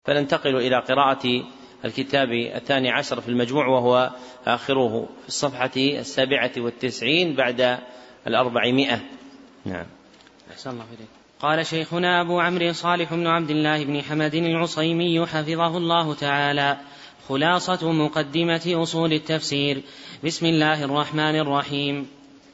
فننتقل إلى قراءة الكتاب 12 في المجموع، وهو آخره في الصفحة 97 بعد 400. نعم. أحسن الله إليك. قال شيخنا أبو عمرو صالح بن عبد الله بن حمد العصيمي حفظه الله تعالى: خلاصة مقدمة أصول التفسير. بسم الله الرحمن الرحيم.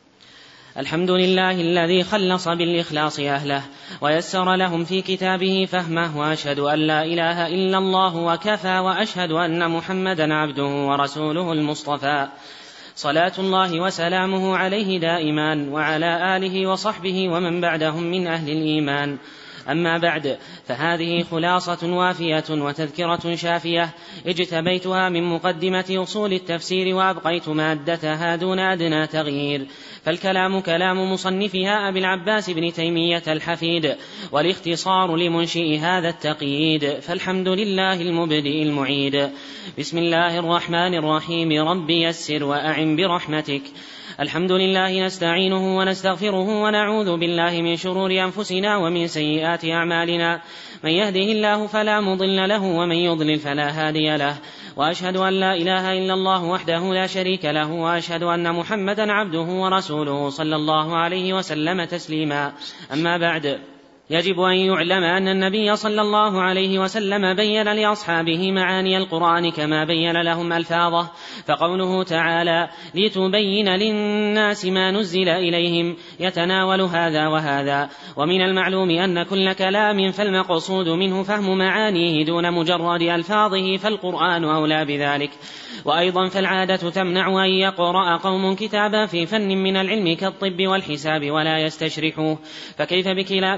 الحمد لله الذي خلص بالإخلاص أهله ويسر لهم في كتابه فهمه، وأشهد أن لا إله إلا الله وكفى، وأشهد أن محمدا عبده ورسوله المصطفى، صلاة الله وسلامه عليه دائما وعلى آله وصحبه ومن بعدهم من أهل الإيمان. أما بعد، فهذه خلاصة وافية وتذكرة شافية اجتبيتها من مقدمة أصول التفسير وأبقيت مادتها دون أدنى تغيير، فالكلام كلام مصنفها أبي العباس بن تيمية الحفيد، والاختصار لمنشئ هذا التقييد، فالحمد لله المبدئ المعيد. بسم الله الرحمن الرحيم. رب يسر وأعن برحمتك. الحمد لله نستعينه ونستغفره ونعوذ بالله من شرور أنفسنا ومن سيئات أعمالنا، من يهده الله فلا مضل له ومن يضلل فلا هادي له، وأشهد أن لا إله إلا الله وحده لا شريك له، وأشهد أن محمدا عبده ورسوله صلى الله عليه وسلم تسليما. أما بعد، يجب أن يعلم أن النبي صلى الله عليه وسلم بين لأصحابه معاني القرآن كما بين لهم ألفاظه، فقوله تعالى: لتبين للناس ما نزل إليهم يتناول هذا وهذا. ومن المعلوم أن كل كلام فالمقصود منه فهم معانيه دون مجرد ألفاظه، فالقرآن أولى بذلك. وأيضا فالعادة تمنع أن يقرأ قوم كتابا في فن من العلم كالطب والحساب ولا يستشرحوه، فكيف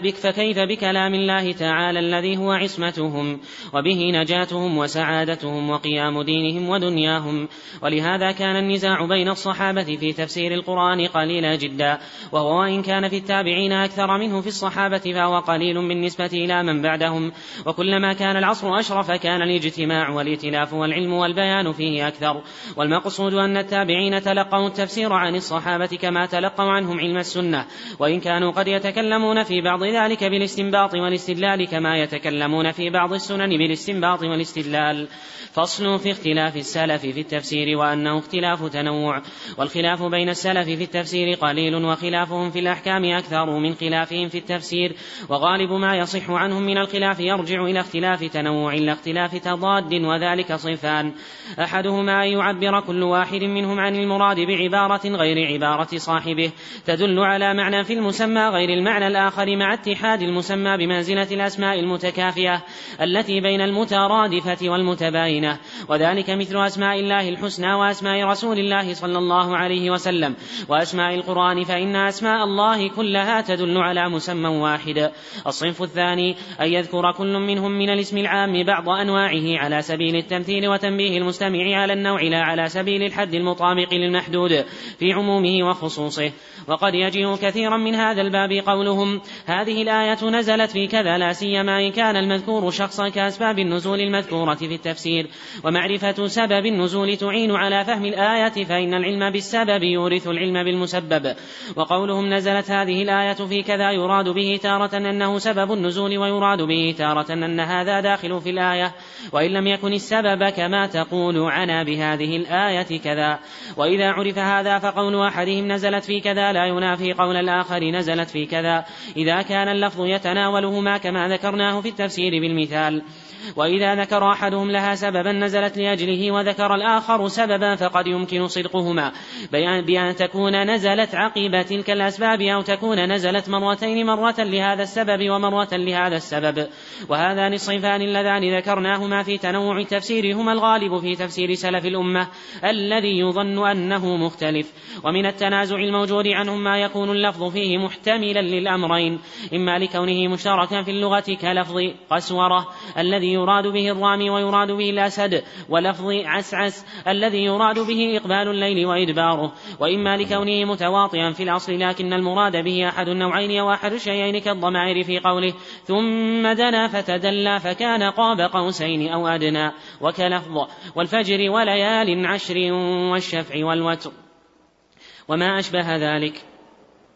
بكلام الله تعالى الذي هو عصمتهم وبه نجاتهم وسعادتهم وقيام دينهم ودنياهم. ولهذا كان النزاع بين الصحابة في تفسير القرآن قليلا جدا، وهو إن كان في التابعين أكثر منه في الصحابة فهو قليل بالنسبة إلى من بعدهم، وكلما كان العصر أشرف كان الاجتماع والائتلاف والعلم والبيان فيه أكثر. والمقصود أن التابعين تلقوا التفسير عن الصحابة كما تلقوا عنهم علم السنة، وإن كانوا قد يتكلمون في بعض ذلك بالاستنباط والاستدلال كما يتكلمون في بعض السنن بالاستنباط والاستدلال. فصل في اختلاف السلف في التفسير، وأنه اختلاف تنوع، والخلاف بين السلف في التفسير قليل، وخلافهم في الأحكام أكثر من خلافهم في التفسير، وغالب ما يصح عنهم من الخلاف يرجع إلى اختلاف تنوع لا اختلاف تضاد، وذلك صنفان: أحدهما أن يعبر كل واحد منهم عن المراد بعبارة غير عبارة صاحبه تدل على معنى في المسمى غير المعنى الآخر، مع اتحاد المسمى بمنزلة الأسماء المتكافية التي بين المترادفة والمتباينة، وذلك مثل أسماء الله الحسنى وأسماء رسول الله صلى الله عليه وسلم وأسماء القرآن، فإن أسماء الله كلها تدل على مسمى واحد. الصنف الثاني أن يذكر كل منهم من الاسم العام بعض أنواعه على سبيل التمثيل وتنبيه المستمع على النوع لا على سبيل الحد المطابق للمحدود في عمومه وخصوصه. وقد يجيء كثيرا من هذا الباب قولهم: هذه الآية نزلت في كذا، لا سيما إن كان المذكور شخصا كأسباب النزول المذكورة في التفسير، ومعرفة سبب النزول تعين على فهم الآية، فإن العلم بالسبب يورث العلم بالمسبب. وقولهم نزلت هذه الآية في كذا يراد به تارة أنه سبب النزول، ويراد به تارة أن هذا داخل في الآية، وإن لم يكن السبب كما تقول عنا بهذه الآية كذا. وإذا عرف هذا فقول أحدهم نزلت في كذا لا ينافي قول الآخر نزلت في كذا، إذا كان اللفظ يتناولهما كما ذكرناه في التفسير بالمثال. وإذا ذكر أحدهم لها سببا نزلت لأجله وذكر الآخر سببا، فقد يمكن صدقهما بأن تكون نزلت عقب تلك الأسباب، أو تكون نزلت مرتين، مرة لهذا السبب ومرة لهذا السبب. وهذان الصنفان اللذان ذكرناهما في تنوع التفسير هما الغالب في تفسير سلف الأمة الذي يظن أنه مختلف. ومن التنازع الموجود عنهم ما يكون اللفظ فيه محتملا للأمرين، إما لكونه مشتركا في اللغة كلفظ قسورة الذي يراد به الرامي ويراد به الأسد، ولفظ عسعس الذي يراد به إقبال الليل وإدباره، وإما لكونه متواطئا في الأصل لكن المراد به أحد النوعين أو أحد الشيئين كالضمائر في قوله ثم دنا فتدلى فكان قاب قوسين أو أدنى، وكلفظ والفجر وليال عشر والشفع والوتر وما أشبه ذلك.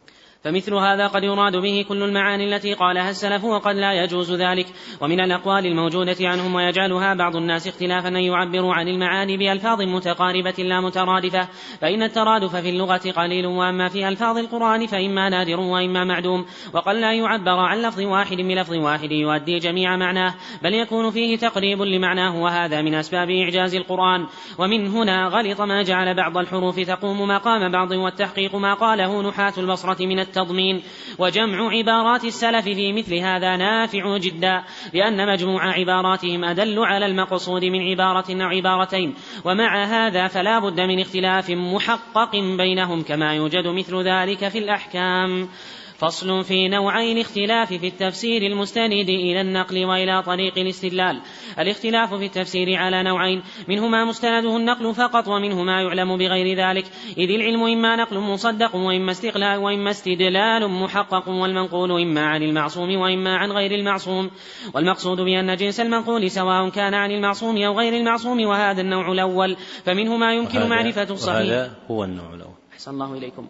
فمثل هذا قد يراد به كل المعاني التي قالها السلف وقد لا يجوز ذلك. ومن الأقوال الموجودة عنهم ويجعلها بعض الناس اختلافا أن يعبروا عن المعاني بألفاظ متقاربة لا مترادفة، فإن الترادف في اللغة قليل، وأما في ألفاظ القرآن فإما نادر وإما معدوم، وقد لا يعبر عن لفظ واحد بلفظ واحد يؤدي جميع معناه، بل يكون فيه تقريب لمعناه، وهذا من أسباب إعجاز القرآن. ومن هنا غلط ما جعل بعض الحروف تقوم مقام بعض، والتحقيق ما قاله نحاة البصرة من التضمين. وجمع عبارات السلف في مثل هذا نافع جدا، لأن مجموع عباراتهم أدل على المقصود من عبارة أو عبارتين، ومع هذا فلا بد من اختلاف محقق بينهم، كما يوجد مثل ذلك في الأحكام. فصل في نوعي الاختلاف في التفسير المستند إلى النقل وإلى طريق الاستدلال. الاختلاف في التفسير على نوعين، منهما مستنده النقل فقط، ومنهما يعلم بغير ذلك، إذ العلم إما نقل مصدق وإما استدلال محقق، والمنقول إما عن المعصوم وإما عن غير المعصوم. والمقصود بأن جنس المنقول سواء كان عن المعصوم أو غير المعصوم، وهذا النوع الأول، فمنهما يمكن معرفة الصحيح. وهذا هو النوع الأول. أحسن الله إليكم.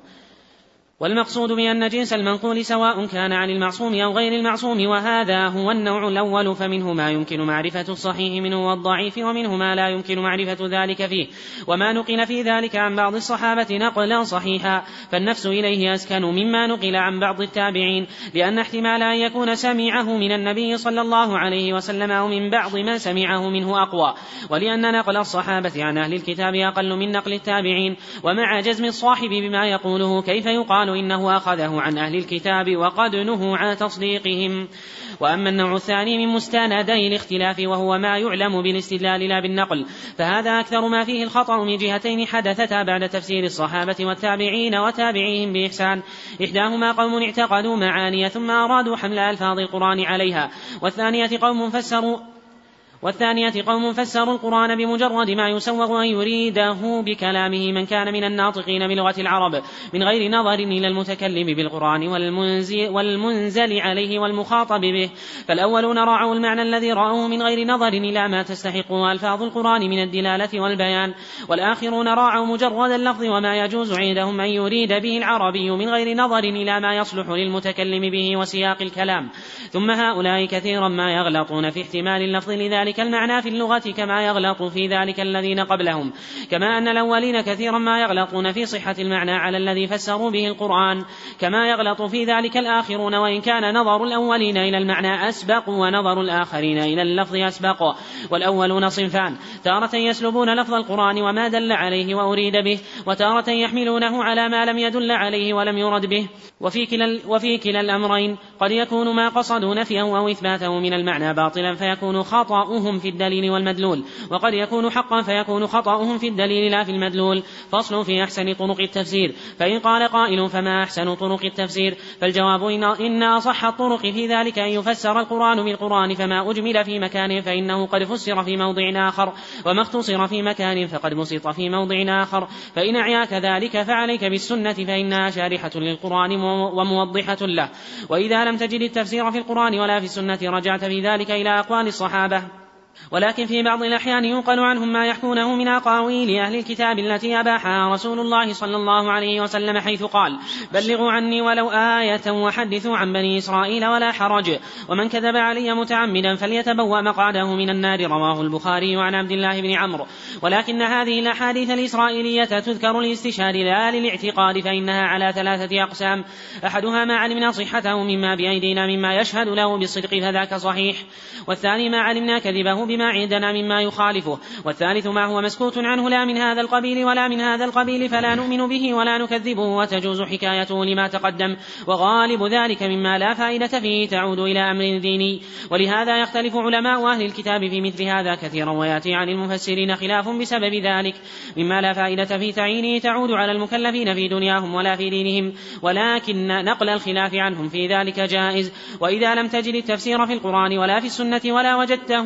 والمقصود بأن جنس المنقول سواء كان عن المعصوم أو غير المعصوم، وهذا هو النوع الأول، فمنه ما يمكن معرفة الصحيح منه والضعيف، ومنه ما لا يمكن معرفة ذلك فيه. وما نقل في ذلك عن بعض الصحابة نقلا صحيحا فالنفس إليه أسكن مما نقل عن بعض التابعين، لأن احتمال أن يكون سمعه من النبي صلى الله عليه وسلم أو من بعض من سمعه منه أقوى، ولأن نقل الصحابة عن أهل الكتاب أقل من نقل التابعين. ومع جزم الصاحب بما يقوله كيف يقال إنه أخذه عن أهل الكتاب وقد نهوا عن تصديقهم. وأما النوع الثاني من مستندي الاختلاف، وهو ما يعلم بالاستدلال لا بالنقل، فهذا أكثر ما فيه الخطأ من جهتين حدثتا بعد تفسير الصحابة والتابعين وتابعيهم بإحسان. إحداهما قوم اعتقدوا معاني ثم أرادوا حمل ألفاظ القرآن عليها، والثانية قوم فسروا القرآن بمجرد ما يسوغ أن يريده بكلامه من كان من الناطقين بلغة العرب، من غير نظر إلى المتكلم بالقرآن والمنزل عليه والمخاطب به. فالأولون راعوا المعنى الذي رأوه من غير نظر إلى ما تستحق ألفاظ القرآن من الدلالة والبيان، والآخرون راعوا مجرد اللفظ وما يجوز عندهم أن يريد به العربي من غير نظر إلى ما يصلح للمتكلم به وسياق الكلام. ثم هؤلاء كثيرا ما يغلطون في احتمال اللفظ لذلك المعنى في اللغة كما يغلط في ذلك الذين قبلهم، كما أن الأولين كثيرا ما يغلطون في صحة المعنى على الذي فسروا به القرآن، كما يغلط في ذلك الآخرون، وإن كان نظر الأولين إلى المعنى أسبق ونظر الآخرين إلى اللفظ أسبق. والأولون صنفان، تارة يسلبون لفظ القرآن وما دل عليه وأريد به، وتارة يحملونه على ما لم يدل عليه ولم يرد به. وفي كلا الأمرين قد يكون ما قصدوا نفيه أو إثباته من المعنى باطلا فيكون خطأهم في الدليل والمدلول، وقد يكون حقا فيكون خطأهم في الدليل لا في المدلول. فصل في أحسن طرق التفسير. فإن قال قائل فما أحسن طرق التفسير؟ فالجواب إن أصح الطرق في ذلك أن يفسر القرآن بالقرآن، فما أجمل في مكان فإنه قد فسر في موضع آخر، وما اختصر في مكان فقد بسط في موضع آخر. فإن أعياك ذلك فعليك بالسنة، فإنها شارحة للقرآن وموضحة له. وإذا لم تجد التفسير في القرآن ولا في السنة رجعت في ذلك إلى أقوال الصحابة، ولكن في بعض الأحيان ينقل عنهم ما يحكونه من أقاويل أهل الكتاب التي أباحها رسول الله صلى الله عليه وسلم، حيث قال: بلغوا عني ولو آية وحدثوا عن بني إسرائيل ولا حرج، ومن كذب علي متعمدا فليتبوأ مقعده من النار. رواه البخاري عن عبد الله بن عمرو. ولكن هذه الأحاديث الإسرائيلية تذكر للاستشهاد لا للاعتقاد، فإنها على 3 أقسام: أحدها ما علمنا صحته مما بأيدينا مما يشهد له بالصدق فذاك صحيح، والثاني ما علمنا كذبه بما عندنا مما يخالفه، والثالث ما هو مسكوت عنه لا من هذا القبيل ولا من هذا القبيل فلا نؤمن به ولا نكذبه وتجوز حكايته لما تقدم، وغالب ذلك مما لا فائدة فيه تعود إلى أمر ديني. ولهذا يختلف علماء أهل الكتاب في مثل هذا كثيرا، ويأتي عن المفسرين خلاف بسبب ذلك، مما لا فائدة في تعيينه تعود على المكلفين في دنياهم ولا في دينهم، ولكن نقل الخلاف عنهم في ذلك جائز. وإذا لم تجد التفسير في القرآن ولا في السنة ولا وجدته عن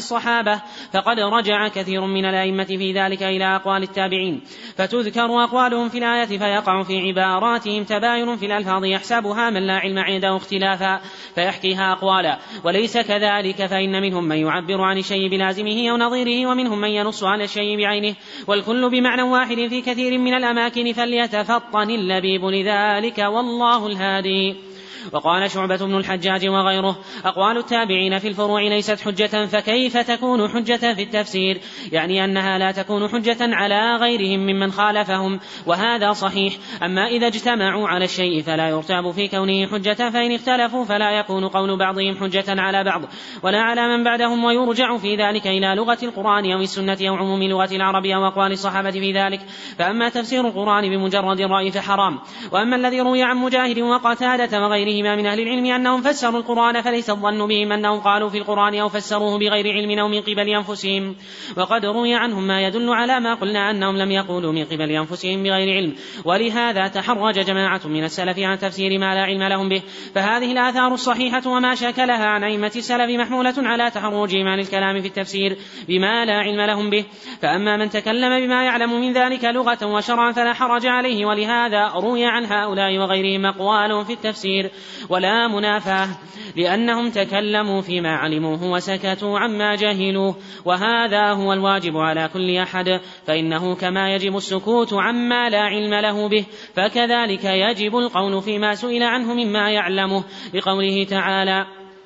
الصحابة، فقد رجع كثير من الأئمة في ذلك إلى أقوال التابعين، فتذكر أقوالهم في الآية فيقع في عباراتهم تباين في الألفاظ يحسبها من لا علم عنده اختلافا فيحكيها أقوالا، وليس كذلك، فإن منهم من يعبر عن الشيء بلازمه أو نظيره، ومنهم من ينص على الشيء بعينه، والكل بمعنى واحد في كثير من الأماكن، فليتفطن اللبيب لذلك، والله الهادي. وقال شعبة بن الحجاج وغيره: أقوال التابعين في الفروع ليست حجة، فكيف تكون حجة في التفسير؟ يعني أنها لا تكون حجة على غيرهم ممن خالفهم، وهذا صحيح. أما إذا اجتمعوا على الشيء فلا يرتاب في كونه حجة، فإن اختلفوا فلا يكون قول بعضهم حجة على بعض ولا على من بعدهم، ويرجع في ذلك إلى لغة القرآن أو السنة أو عموم لغة العرب أو أقوال الصحابة في ذلك. فأما تفسير القرآن بمجرد الرأي فحرام. وأما الذي روي عن مجاهد وقتادة وغيرهما من أهل العلم أنهم فسروا القرآن، فليس الظن بهم أنهم قالوا في القرآن أو فسروه بغير علم أو من قبل أنفسهم، وقد روي عنهم ما يدل على ما قلنا أنهم لم يقولوا من قبل أنفسهم بغير علم. ولهذا تحرج جماعة من السلف عن تفسير ما لا علم لهم به، فهذه الآثار الصحيحة وما شاكلها عن أئمة السلف محمولة على تحرجهم عن الكلام في التفسير بما لا علم لهم به. فأما من تكلم بما يعلم من ذلك لغة وشرعا فلا حرج عليه، ولهذا روي عن هؤلاء وغيرهم أقوال في التفسير ولا منافاة، لأنهم تكلموا فيما علموه وسكتوا عما جهلوه، وهذا هو الواجب على كل أحد، فإنه كما يجب السكوت عما لا علم له به، فكذلك يجب القول فيما سئل عنه مما يعلمه، لقوله تعالى: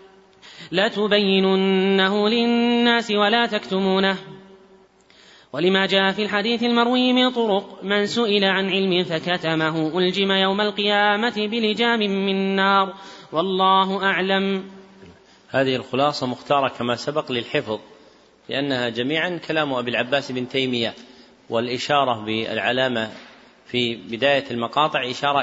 لتبيننه للناس ولا تكتمونه. ولما جاء في الحديث المروي من طرق: من سئل عن علم فكتمه ألجم يوم القيامة بلجام من نار، والله أعلم. هذه الخلاصة مختارة كما سبق للحفظ، لأنها جميعا كلام أبي العباس بن تيمية، والإشارة بالعلامة في بداية المقاطع إشارة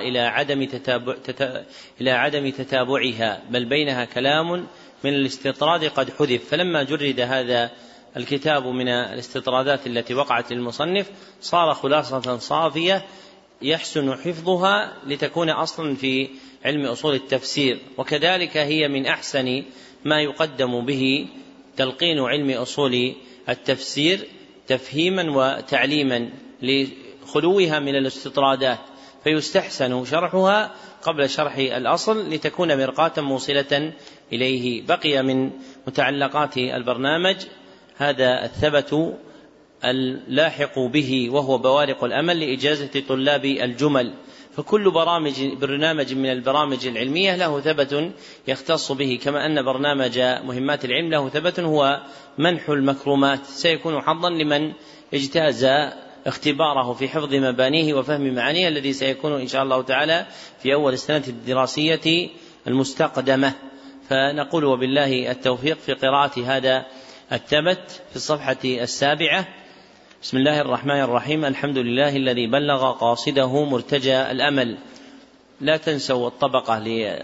إلى عدم تتابعها، بل بينها كلام من الاستطراد قد حذف، فلما جرد هذا الكتاب من الاستطرادات التي وقعت للمصنف صار خلاصة صافية يحسن حفظها لتكون أصلا في علم أصول التفسير. وكذلك هي من أحسن ما يقدم به تلقين علم أصول التفسير تفهيما وتعليما لخلوها من الاستطرادات، فيستحسن شرحها قبل شرح الأصل لتكون مرقاة موصلة إليه. بقي من متعلقات البرنامج هذا الثبت اللاحق به، وهو بوارق الأمل لإجازة طلاب الجمل، فكل برنامج من البرامج العلمية له ثبت يختص به، كما أن برنامج مهمات العلم له ثبت هو منح المكرمات، سيكون حظا لمن اجتاز اختباره في حفظ مبانيه وفهم معانيه، الذي سيكون إن شاء الله تعالى في أول السنة الدراسية المستقدمة. فنقول وبالله التوفيق في قراءة هذا الثبت في الصفحة 7. بسم الله الرحمن الرحيم. الحمد لله الذي بلغ قاصده مرتجى الأمل. لا تنسوا الطبقة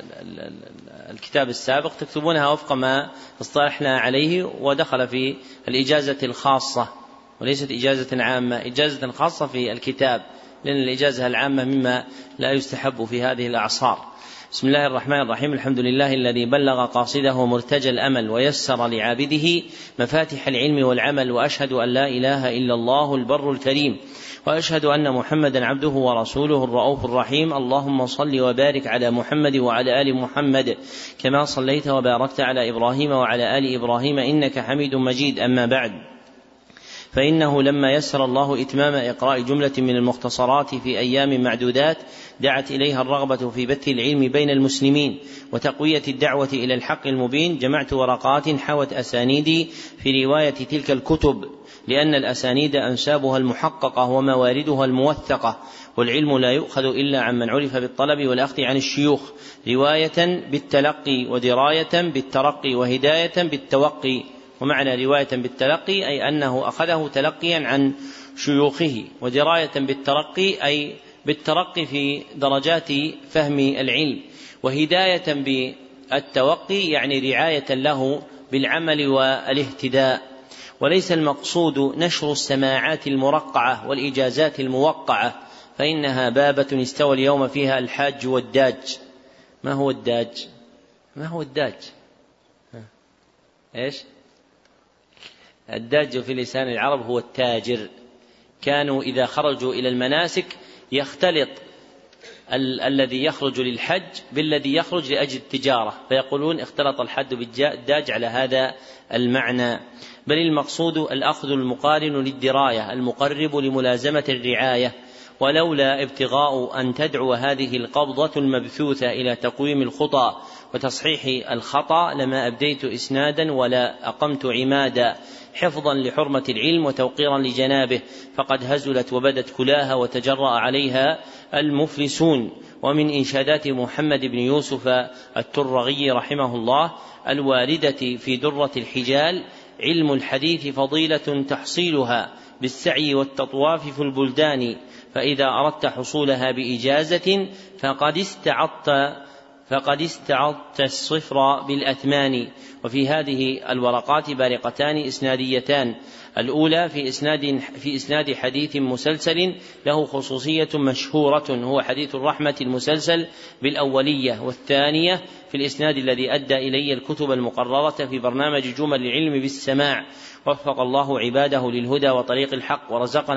للكتاب السابق تكتبونها وفق ما اصطلحنا عليه، ودخل في الإجازة الخاصة وليست إجازة عامة، إجازة خاصة في الكتاب، لأن الإجازة العامة مما لا يستحب في هذه الأعصار. بسم الله الرحمن الرحيم. الحمد لله الذي بلغ قاصده مرتجى الأمل ويسر لعابده مفاتح العلم والعمل، وأشهد أن لا إله إلا الله البر الكريم، وأشهد أن محمدا عبده ورسوله الرؤوف الرحيم. اللهم صل وبارك على محمد وعلى آل محمد كما صليت وباركت على إبراهيم وعلى آل إبراهيم إنك حميد مجيد. أما بعد، فإنه لما يسر الله إتمام إقراء جملة من المختصرات في أيام معدودات دعت إليها الرغبة في بث العلم بين المسلمين وتقوية الدعوة إلى الحق المبين، جمعت ورقات حوت أسانيدي في رواية تلك الكتب، لأن الأسانيد أنسابها المحققة ومواردها الموثقة، والعلم لا يؤخذ إلا عمن عرف بالطلب والأخذ عن الشيوخ، رواية بالتلقي ودراية بالترقي وهداية بالتوقي. ومعنى رواية بالتلقي أي أنه أخذه تلقيا عن شيوخه، ودراية بالترقي أي بالترقي في درجات فهم العلم، وهداية بالتوقي يعني رعاية له بالعمل والاهتداء. وليس المقصود نشر السماعات المرقعة والإجازات الموقعة، فإنها بابة استوى اليوم فيها الحاج والداج. ما هو الداج؟ ما هو الداج؟ إيش؟ الداج في لسان العرب هو التاجر. كانوا إذا خرجوا إلى المناسك يختلط الذي يخرج للحج بالذي يخرج لأجل التجارة، فيقولون اختلط الحد بالداج على هذا المعنى. بل المقصود الأخذ المقارن للدراية المقرب لملازمة الرعاية، ولولا ابتغاء أن تدعو هذه القبضة المبثوثة إلى تقويم الخطى وتصحيح الخطأ لما أبديت إسنادا ولا أقمت عمادا، حفظا لحرمة العلم وتوقيرا لجنابه، فقد هزلت وبدت كلاها وتجرأ عليها المفلسون. ومن إنشادات محمد بن يوسف الترغي رحمه الله الواردة في درة الحجال: علم الحديث فضيلة تحصيلها بالسعي والتطواف في البلدان، فإذا أردت حصولها بإجازة فقد استعضت الصفر بالأثمان. وفي هذه الورقات بارقتان إسناديتان: الأولى في إسناد حديث مسلسل له خصوصية مشهورة هو حديث الرحمة المسلسل بالأولية، والثانية في الإسناد الذي أدى إلي الكتب المقررة في برنامج جمل العلم بالسماع. وفق الله عباده للهدى وطريق الحق،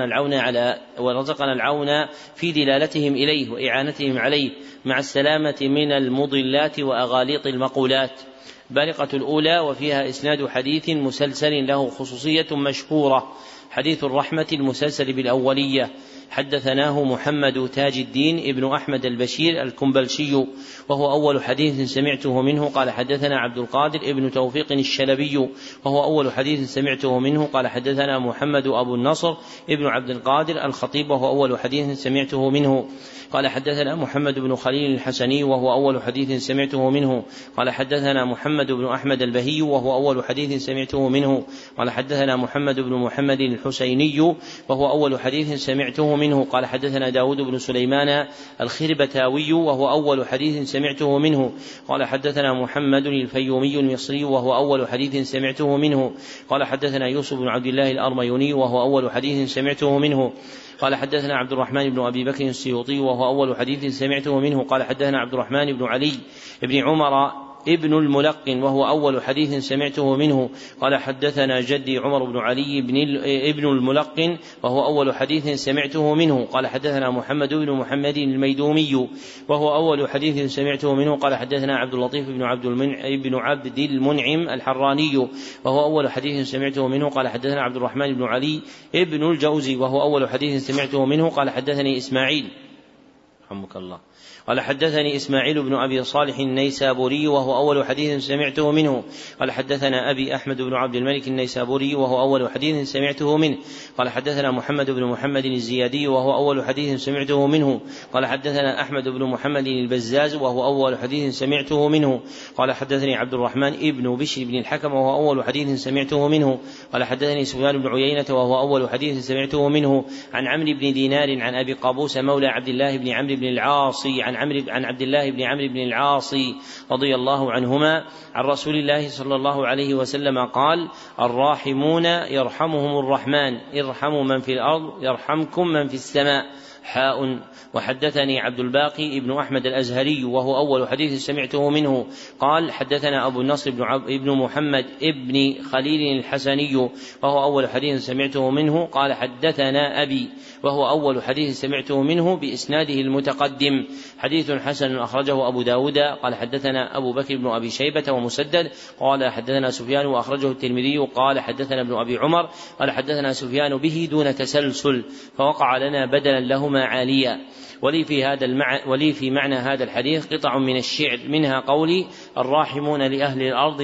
ورزقنا العون في دلالتهم إليه وإعانتهم عليه، مع السلامة من المضلات وأغاليط المقولات. بارقة الأولى وفيها إسناد حديث مسلسل له خصوصية مشهورة حديث الرحمة المسلسل بالأولية. حدثناه محمد تاج الدين ابن أحمد البشير الكنبلشي وهو أول حديث سمعته منه، قال حدثنا عبد القادر ابن توفيق الشلبي وهو أول حديث سمعته منه، قال حدثنا محمد أبو النصر ابن عبد القادر الخطيب وهو أول حديث سمعته منه، قال حدثنا محمد بن خليل الحسني وهو أول حديث سمعته منه، قال حدثنا محمد بن أحمد البهي وهو أول حديث سمعته منه، قال حدثنا محمد بن محمد الحسيني وهو أول حديث سمعته منه، قال حدثنا داود بن سليمان الخربتاوي وهو أول حديث سمعته منه، قال حدثنا محمد الفيومي المصري وهو أول حديث سمعته منه، قال حدثنا يوسف بن عبد الله الأرميوني وهو أول حديث سمعته منه، قال حدثنا عبد الرحمن بن أبي بكر السيوطي وهو أول حديث سمعته منه، قال حدثنا عبد الرحمن بن علي بن عمر ابن الملقن وهو أول حديث سمعته منه، قال حدثنا جدي عمر بن علي ابن الملقن وهو أول حديث سمعته منه، قال حدثنا محمد بن محمد الميدومي وهو أول حديث سمعته منه، قال حدثنا عبد اللطيف بن عبد المنعم الحراني وهو أول حديث سمعته منه، قال حدثنا عبد الرحمن بن علي ابن الجوزي وهو أول حديث سمعته منه، قال حدثني إسماعيل رحمك الله قال حدثني إسماعيل بن أبي صالح النيسابوري وهو أول حديث سمعته منه، قال حدثنا أبي أحمد بن عبد الملك النيسابوري وهو أول حديث سمعته منه، قال حدثنا محمد بن محمد الزيادي وهو أول حديث سمعته منه، قال حدثنا أحمد بن محمد البزاز وهو أول حديث سمعته منه، قال حدثني عبد الرحمن ابن بشر بن الحكم وهو أول حديث سمعته منه، قال حدثني سفيان بن عيينة وهو أول حديث سمعته منه، عن عمرو بن دينار عن أبي قابوس مولى عبد الله بن عمرو بن العاص عن عبد الله بن عمرو بن العاص رضي الله عنهما عن رسول الله صلى الله عليه وسلم قال: الراحمون يرحمهم الرحمن، ارحموا من في الأرض يرحمكم من في السماء. وحدثني عبد الباقي ابن أحمد الأزهري وهو أول حديث سمعته منه، قال حدثنا أبو النصر ابن محمد ابن خليل الحسني وهو أول حديث سمعته منه، قال حدثنا أبي وهو أول حديث سمعته منه بإسناده المتقدم. حديث حسن أخرجه أبو داود. قال حدثنا أبو بكر بن أبي شيبة ومسدد قال حدثنا سفيان وأخرجه الترمذي قال حدثنا ابن أبي عمر قال حدثنا سفيان به دون تسلسل، فوقع لنا بدلا لهما عاليا. ولي في معنى هذا الحديث قطع من الشعر، منها قولي: الراحمون لأهل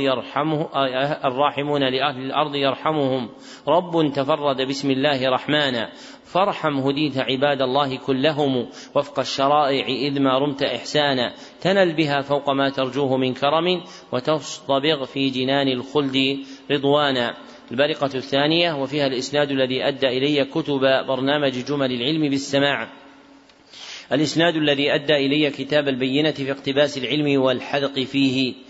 الأرض يرحمهم رب تفرد باسم الله رحمانا، فارحم هديت عباد الله كلهم وفق الشرائع إذ ما رمت إحسانا، تنل بها فوق ما ترجوه من كرم وتصطبغ في جنان الخلد رضوانا. البارقة الثانية وفيها الإسناد الذي أدى إلي كتب برنامج جمل العلم بالسماع. الإسناد الذي أدى إلي كتاب البينة في اقتباس العلم والحذق فيه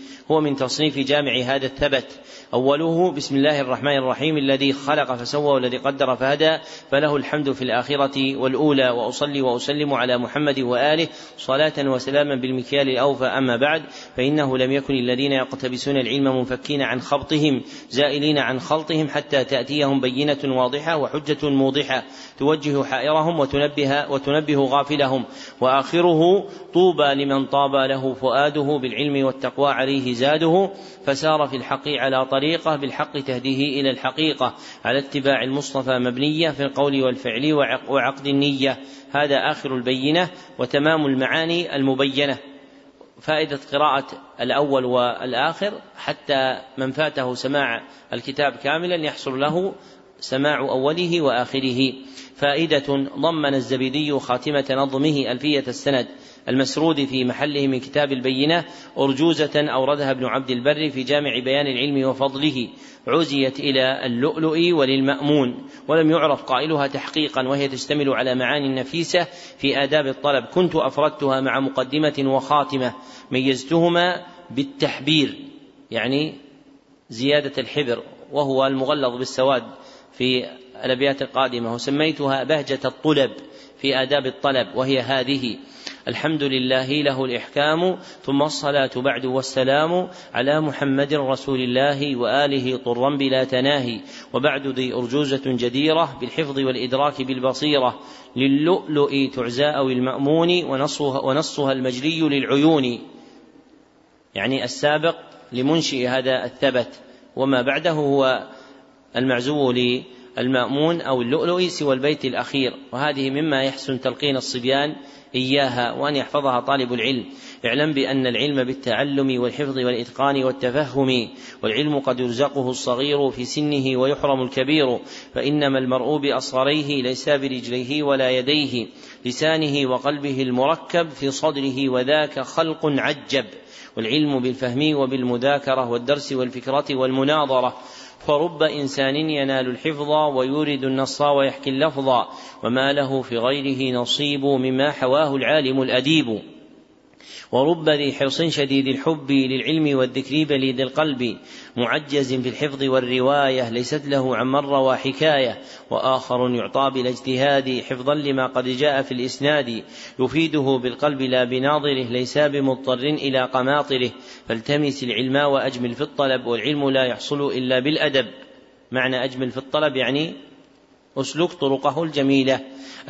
هو من تصنيف جامع هذا الثبت. أوله بسم الله الرحمن الرحيم الذي خلق فسوى والذي قدر فهدى فله الحمد في الآخرة والأولى، وأصلي وأسلم على محمد وآله صلاة وسلاما بالمكيال الأوفى. أما بعد، فإنه لم يكن الذين يقتبسون العلم منفكين عن خبطهم زائلين عن خلطهم حتى تأتيهم بينة واضحة وحجة موضحة توجه حائرهم وتنبه غافلهم. وآخره طوبى لمن طاب له فؤاده بالعلم والتقوى عليه زاده، فسار في الحق على طريقة بالحق تهديه إلى الحقيقة، على اتباع المصطفى مبنية في القول والفعل وعقد النية. هذا آخر البينة وتمام المعاني المبينة. فائدة قراءة الأول والآخر حتى من فاته سماع الكتاب كاملا يحصل له سماع أوله وآخره. فائدة: ضمن الزبيدي خاتمة نظمه ألفية السند المسرود في محله من كتاب البينة أرجوزة أوردها ابن عبد البر في جامع بيان العلم وفضله، عزيت إلى اللؤلؤ وللمأمون، ولم يعرف قائلها تحقيقا، وهي تشتمل على معاني نفيسة في آداب الطلب. كنت أفردتها مع مقدمة وخاتمة ميزتهما بالتحبير، يعني زيادة الحبر وهو المغلظ بالسواد في الأبيات القادمة، وسميتها بهجة الطلب في آداب الطلب، وهي هذه: الحمد لله له الإحكام ثم الصلاة بعد والسلام على محمد رسول الله وآله طرا بلا تناهي. وبعد ذي أرجوزة جديرة بالحفظ والإدراك بالبصيرة، للؤلؤ تعزاء المأمون ونصها المجلي للعيون، يعني السابق لمنشئ هذا الثبت، وما بعده هو المعزو للمأمون أو اللؤلؤ سوى البيت الأخير. وهذه مما يحسن تلقين الصبيان إياها وأن يحفظها طالب العلم. اعلم بأن العلم بالتعلم والحفظ والإتقان والتفهم، والعلم قد يرزقه الصغير في سنه ويحرم الكبير، فإنما المرء بأصغريه ليس برجليه ولا يديه، لسانه وقلبه المركب في صدره، وذاك خلق عجب. والعلم بالفهم وبالمذاكرة والدرس والفكرة والمناظرة. فرب إنسان ينال الحفظ ويورد النص ويحكي اللفظ، وما له في غيره نصيب مما حواه العالم الأديب. ورب ذي حرص شديد الحب للعلم والذكر بليد القلب، معجز في الحفظ والرواية ليست له عن مر وحكاية. وآخر يعطى بالاجتهاد حفظا لما قد جاء في الإسناد، يفيده بالقلب لا بناظره ليس بمضطر إلى قماطره. فالتمس العلم وأجمل في الطلب، والعلم لا يحصل إلا بالأدب. معنى أجمل في الطلب يعني أسلك طرقه الجميلة.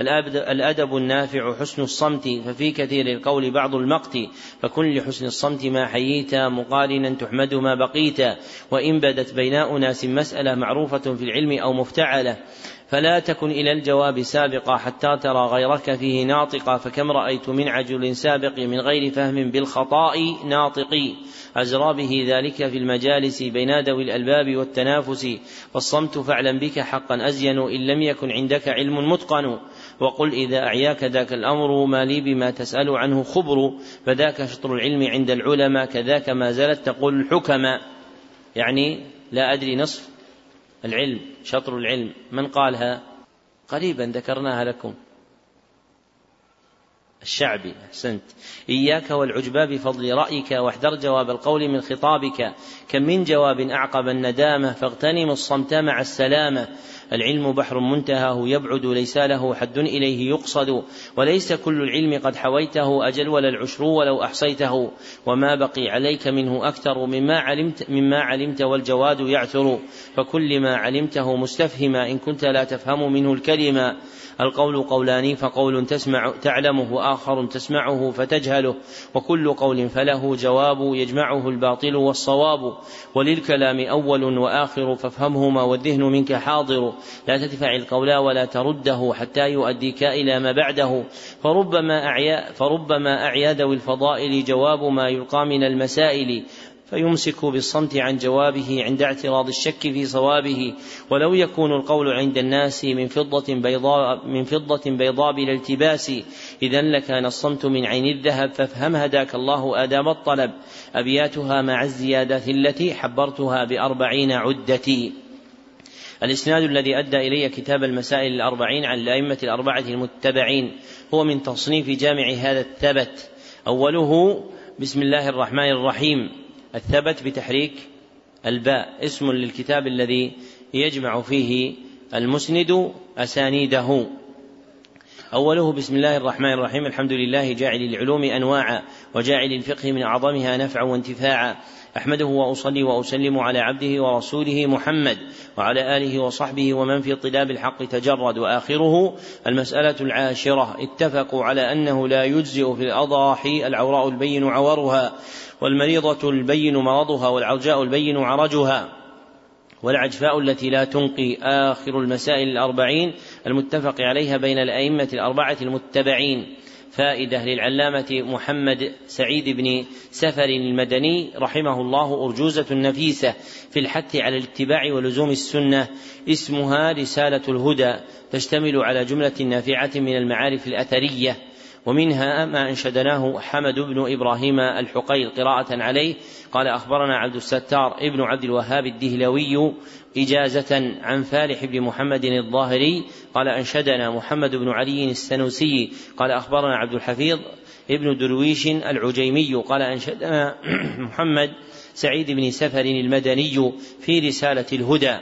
الأدب النافع حسن الصمت، ففي كثير القول بعض المقت، فكن لحسن الصمت ما حييت مقارنا تحمد ما بقيت. وإن بدت بين أناس مسألة معروفة في العلم أو مفتعلة، فلا تكن إلى الجواب سابقا حتى ترى غيرك فيه ناطقا. فكم رأيت من عجل سابق من غير فهم بالخطاء ناطقي، أجرى به ذلك في المجالس بين ذوي الألباب والتنافس. فالصمت فاعلم بك حقا أزين إن لم يكن عندك علم متقن. وقل إذا أعياك ذاك الأمر ما لي بما تسأل عنه خبر، فذاك شطر العلم عند العلماء كذاك ما زالت تقول الحكماء، يعني لا أدري نصف العلم شطر العلم. من قالها؟ قريبا ذكرناها لكم، الشعبي. أحسنت. إياك والعجب بفضل رأيك، واحذر جواب القول من خطابك. كم من جواب أعقب الندامة، فاغتنم الصمت مع السلامة. العلم بحر منتهاه يبعد ليس له حد إليه يقصد، وليس كل العلم قد حويته أجل ولا العشر ولو أحصيته. وما بقي عليك منه أكثر مما علمت والجواد يعثر. فكل ما علمته مستفهما إن كنت لا تفهم منه الكلمة. القول قولان، فقول تعلمه وآخر تسمعه فتجهله، وكل قول فله جواب يجمعه الباطل والصواب. وللكلام أول وآخر فافهمهما والذهن منك حاضر. لا تدفع القول ولا ترده حتى يؤديك إلى ما بعده. فربما أعيا ذوي الفضائل جواب ما يلقى من المسائل، فيمسك بالصمت عن جوابه عند اعتراض الشك في صوابه. ولو يكون القول عند الناس من فضة بيضاء بلا التباس، إذن لكان الصمت من عين الذهب. فافهم هداك الله آداب الطلب، أبياتها مع الزيادات التي حبرتها ب40 عدتي. الإسناد الذي أدى إلي كتاب المسائل 40 عن الأئمة 4 المتبعين هو من تصنيف جامع هذا الثبت. أوله بسم الله الرحمن الرحيم الثبت بتحريك الباء، اسم للكتاب الذي يجمع فيه المسند أسانيده. أوله بسم الله الرحمن الرحيم، الحمد لله جاعل العلوم أنواعا وجاعل الفقه من أعظمها نفعا وانتفاعا، أحمده وأصلي وأسلم على عبده ورسوله محمد وعلى آله وصحبه ومن في طلاب الحق تجرد. وآخره المسألة 10، اتفقوا على أنه لا يجزئ في الأضاحي العوراء البين عورها، والمريضة البين مرضها، والعرجاء البين عرجها، والعجفاء التي لا تنقي. آخر المسائل 40 المتفق عليها بين الأئمة 4 المتبعين. فائدة للعلامة محمد سعيد بن سفر المدني رحمه الله أرجوزة نفيسة في الحث على الاتباع ولزوم السنة، اسمها رسالة الهدى، تشتمل على جملة نافعة من المعارف الأثرية، ومنها ما أنشدناه حمد بن إبراهيم الحقيل قراءة عليه قال أخبرنا عبد الستار ابن عبد الوهاب الدهلوي إجازة عن فالح بن محمد الظاهري قال أنشدنا محمد بن علي السنوسي قال أخبرنا عبد الحفيظ ابن درويش العجيمي قال أنشدنا محمد سعيد بن سفر المدني في رسالة الهدى.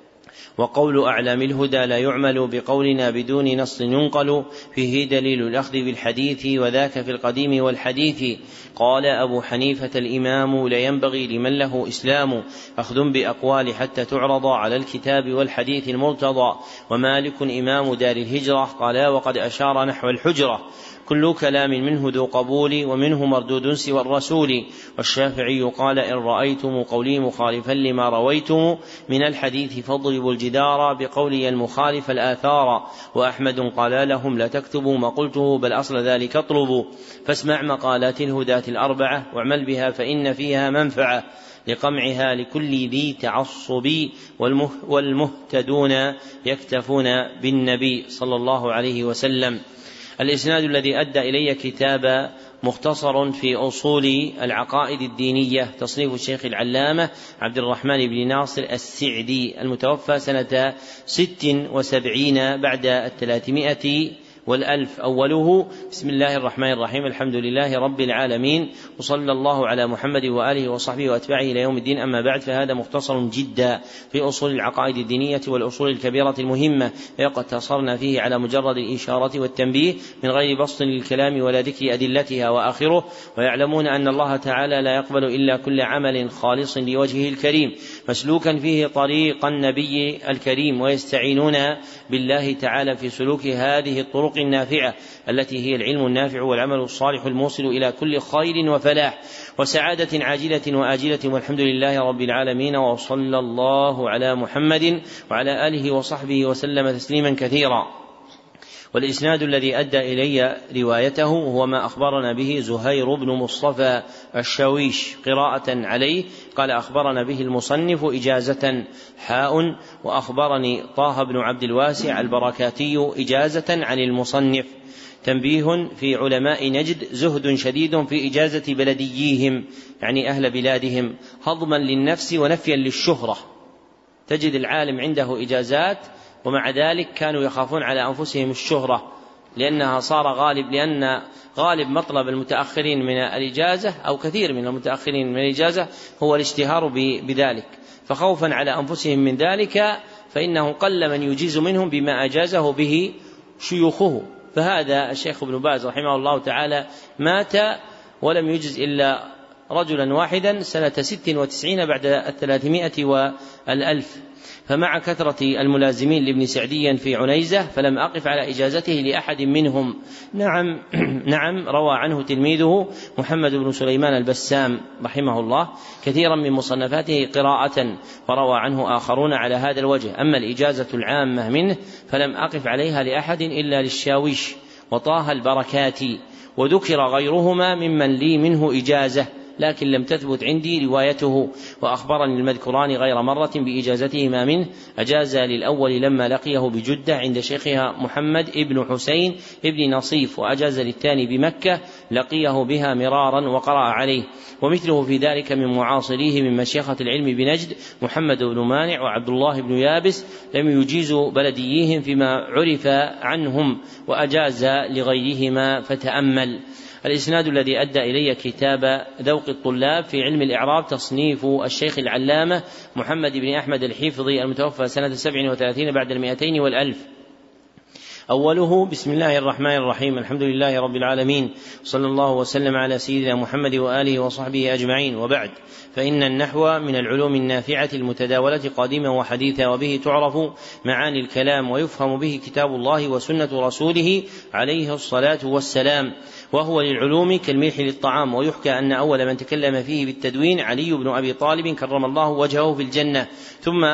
وقول أعلام الهدى لا يعمل بقولنا بدون نص ينقل، فيه دليل الأخذ بالحديث وذاك في القديم والحديث. قال أبو حنيفة الإمام لا ينبغي لمن له إسلام أخذ بأقوال حتى تعرض على الكتاب والحديث المرتضى. ومالك إمام دار الهجرة قال وقد أشار نحو الحجرة، كل كلام منه ذو قبول ومنه مردود سوى الرسول. والشافعي قال إن رأيتم قولي مخالفا لما رويتم من الحديث فاضربوا الجدار بقولي المخالف الآثار. وأحمد قال لهم لا تكتبوا ما قلته بل أصل ذلك اطلبوا، فاسمع مقالات الهداة 4 واعمل بها فإن فيها منفعة لقمعها لكل ذي تعصب، والمهتدون يكتفون بالنبي صلى الله عليه وسلم. الإسناد الذي أدى إلي كتاب مختصر في أصول العقائد الدينية، تصنيف الشيخ العلامة عبد الرحمن بن ناصر السعدي المتوفى سنة 76 بعد 300 والألف. أوله بسم الله الرحمن الرحيم، الحمد لله رب العالمين، وصلى الله على محمد وآله وصحبه وأتباعه إلى يوم الدين. أما بعد، فهذا مختصر جدا في أصول العقائد الدينية والأصول الكبيرة المهمة، وقد تصرنا فيه على مجرد الإشارة والتنبيه من غير بسط للكلام ولا ذكر أدلتها. وآخره ويعلمون أن الله تعالى لا يقبل إلا كل عمل خالص لوجهه الكريم مسلوكا فيه طريق النبي الكريم، ويستعينون بالله تعالى في سلوك هذه الطرق النافعة التي هي العلم النافع والعمل الصالح الموصل إلى كل خير وفلاح وسعادة عاجلة وآجلة. والحمد لله رب العالمين، وصلى الله على محمد وعلى آله وصحبه وسلم تسليما كثيرا. والإسناد الذي أدى إلي روايته هو ما أخبرنا به زهير بن مصطفى الشويش قراءة عليه قال أخبرنا به المصنف إجازة حاء، وأخبرني طه بن عبد الواسع البركاتي إجازة عن المصنف. تنبيه في علماء نجد زهد شديد في إجازة بلديهم، يعني أهل بلادهم، هضما للنفس ونفيا للشهرة. تجد العالم عنده إجازات ومع ذلك كانوا يخافون على أنفسهم الشهرة، لأنها صار غالب، لأن غالب مطلب المتأخرين من الإجازة أو كثير من المتأخرين من الإجازة هو الاشتهار بذلك، فخوفا على أنفسهم من ذلك فإنه قل من يجيز منهم بما أجازه به شيوخه. فهذا الشيخ ابن باز رحمه الله تعالى مات ولم يجز إلا رجلا واحدا سنة 96 بعد 300 والألف. فمع كثرة الملازمين لابن سعدي في عنيزة فلم أقف على إجازته لأحد منهم. نعم روى عنه تلميذه محمد بن سليمان البسام رحمه الله كثيرا من مصنفاته قراءة، وروى عنه آخرون على هذا الوجه. أما الإجازة العامة منه فلم أقف عليها لأحد إلا للشاويش وطه البركاتي، وذكر غيرهما ممن لي منه إجازة لكن لم تثبت عندي روايته. وأخبرني المذكران غير مرة بإجازتهما منه، أجاز للأول لما لقيه بجدة عند شيخها محمد ابن حسين ابن نصيف، وأجاز للثاني بمكة لقيه بها مرارا وقرأ عليه. ومثله في ذلك من معاصريه من مشيخة العلم بنجد محمد بن مانع وعبد الله بن يابس لم يجيزوا بلديهم فيما عرف عنهم، وأجاز لغيرهما فتأمل. الإسناد الذي أدى إلي كتاب ذوق الطلاب في علم الإعراب تصنيف الشيخ العلامة محمد بن أحمد الحفظي المتوفى سنة 37 بعد 200 والألف. أوله بسم الله الرحمن الرحيم، الحمد لله رب العالمين، صلى الله وسلم على سيدنا محمد وآله وصحبه أجمعين، وبعد، فإن النحو من العلوم النافعة المتداولة قديما وحديثا، وبه تعرف معاني الكلام، ويفهم به كتاب الله وسنة رسوله عليه الصلاة والسلام، وهو للعلوم كالملح للطعام. ويحكى أن أول من تكلم فيه بالتدوين علي بن أبي طالب كرم الله وجهه في الجنة، ثم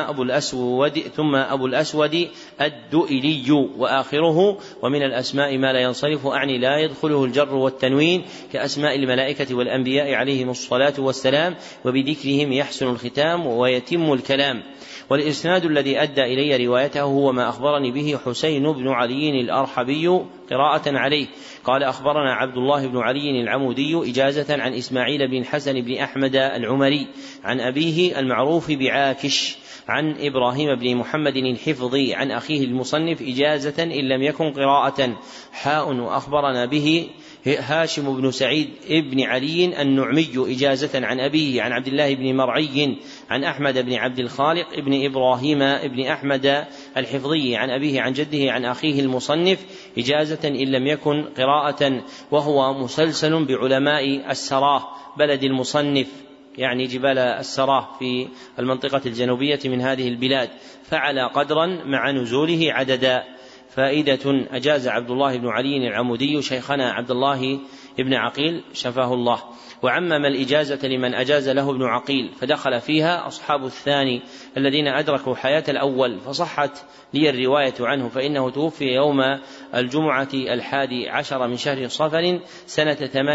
أبو الأسود الدؤلي، وآخره. ومن الأسماء ما لا ينصرف، أعني لا يدخله الجر والتنوين، كأسماء الملائكة والأنبياء عليهم الصلاة والسلام، وبذكرهم يحسن الختام ويتم الكلام. والإسناد الذي أدى إلي روايته هو ما أخبرني به حسين بن علي الأرحبي قراءة عليه، قال أخبرنا عبد الله بن علي العمودي إجازة عن إسماعيل بن حسن بن أحمد العمري عن أبيه المعروف بعاكش عن إبراهيم بن محمد الحفظي عن أخيه المصنف إجازة إن لم يكن قراءة. وأخبرنا به هاشم بن سعيد بن علي النعمي إجازة عن أبيه عن عبد الله بن مرعي عن أحمد بن عبد الخالق بن إبراهيم بن أحمد الحفظي عن أبيه عن جده عن أخيه المصنف إجازة إن لم يكن قراءة، وهو مسلسل بعلماء السراه بلد المصنف، يعني جبال السراه في المنطقة الجنوبية من هذه البلاد، فعلى قدرا مع نزوله عددا. فائدة: أجاز عبد الله بن علي العمودي شيخنا عبد الله بن عقيل شفاه الله، وعمم الإجازة لمن أجاز له ابن عقيل، فدخل فيها أصحاب الثاني الذين أدركوا حياة الأول، فصحت لي الرواية عنه، فإنه توفي يوم الجمعة 11 من شهر صفر سنة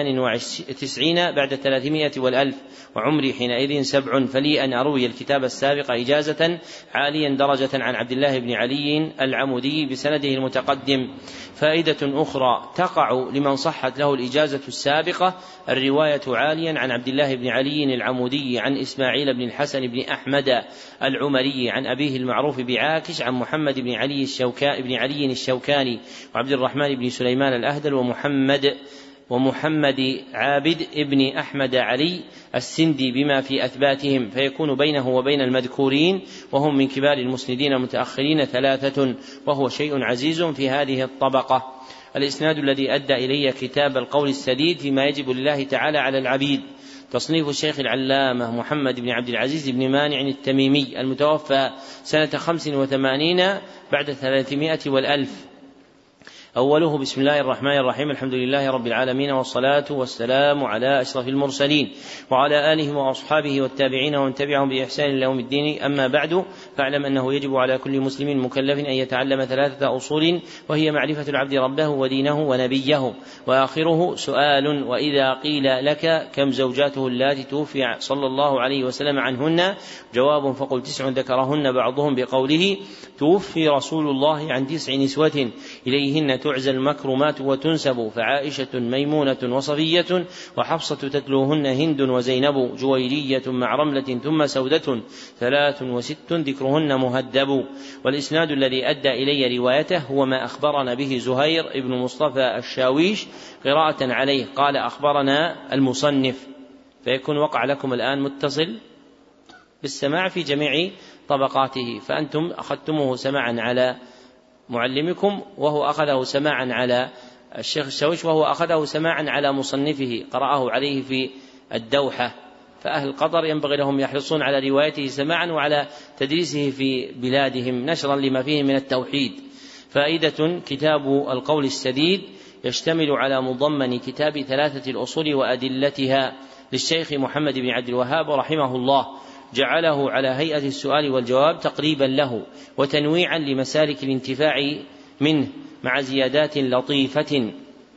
98 بعد 300 والألف، وعمري حينئذ 7، فلي أن أروي الكتاب السابق إجازة عاليا درجة عن عبد الله بن علي العمودي بسنده المتقدم. فائدة أخرى: تقع لمن صحت له الإجازة السابقة الرواية عاليا عن عبد الله بن علي العمودي عن إسماعيل بن الحسن بن أحمد العمري عن أبيه المعروف بعاكش عن محمد بن علي الشوكاني وعبد الرحمن بن سليمان الأهدل ومحمد عابد ابن أحمد علي السندي بما في أثباتهم، فيكون بينه وبين المذكورين وهم من كبار المسندين المتأخرين 3، وهو شيء عزيز في هذه الطبقة. الإسناد الذي أدى إلي كتاب القول السديد فيما يجب لله تعالى على العبيد، تصنيف الشيخ العلامة محمد بن عبد العزيز بن مانع التميمي المتوفى سنة 85 بعد 300 والألف. أوله بسم الله الرحمن الرحيم، الحمد لله رب العالمين، والصلاة والسلام على أشرف المرسلين وعلى آله وأصحابه والتابعين ومن تبعهم بإحسان إلى يوم الدين. أما بعد، فاعلم أنه يجب على كل مسلم مكلف أن يتعلم 3 أصول، وهي معرفة العبد ربه ودينه ونبيه. وآخره سؤال: وإذا قيل لك كم زوجاته اللاتي توفي صلى الله عليه وسلم عنهن؟ جواب: فقل 9، ذكرهن بعضهم بقوله توفي رسول الله عن 9 نسوة إليهن تعزى المكرمات وتنسب، فعائشة ميمونة وصفية وحفصة تتلوهن هند وزينب جويرية مع رملة ثم سودة 63 ذكرهن مهدب. والإسناد الذي أدى إلي روايته هو ما أخبرنا به زهير ابن مصطفى الشاويش قراءة عليه، قال أخبرنا المصنف، فيكون وقع لكم الآن متصل بالسماع في جميع طبقاته، فأنتم أخذتموه سماعا على معلمكم، وهو أخذه سماعا على الشيخ الشاويش، وهو أخذه سماعا على مصنفه قرأه عليه في الدوحة. فأهل القطر ينبغي لهم يحرصون على روايته سماعا وعلى تدريسه في بلادهم نشرا لما فيه من التوحيد. فائدة: كتاب القول السديد يشتمل على مضمن كتاب 3 الأصول وأدلتها للشيخ محمد بن عبد الوهاب رحمه الله، جعله على هيئة السؤال والجواب تقريبا له وتنويعا لمسالك الانتفاع منه مع زيادات لطيفة.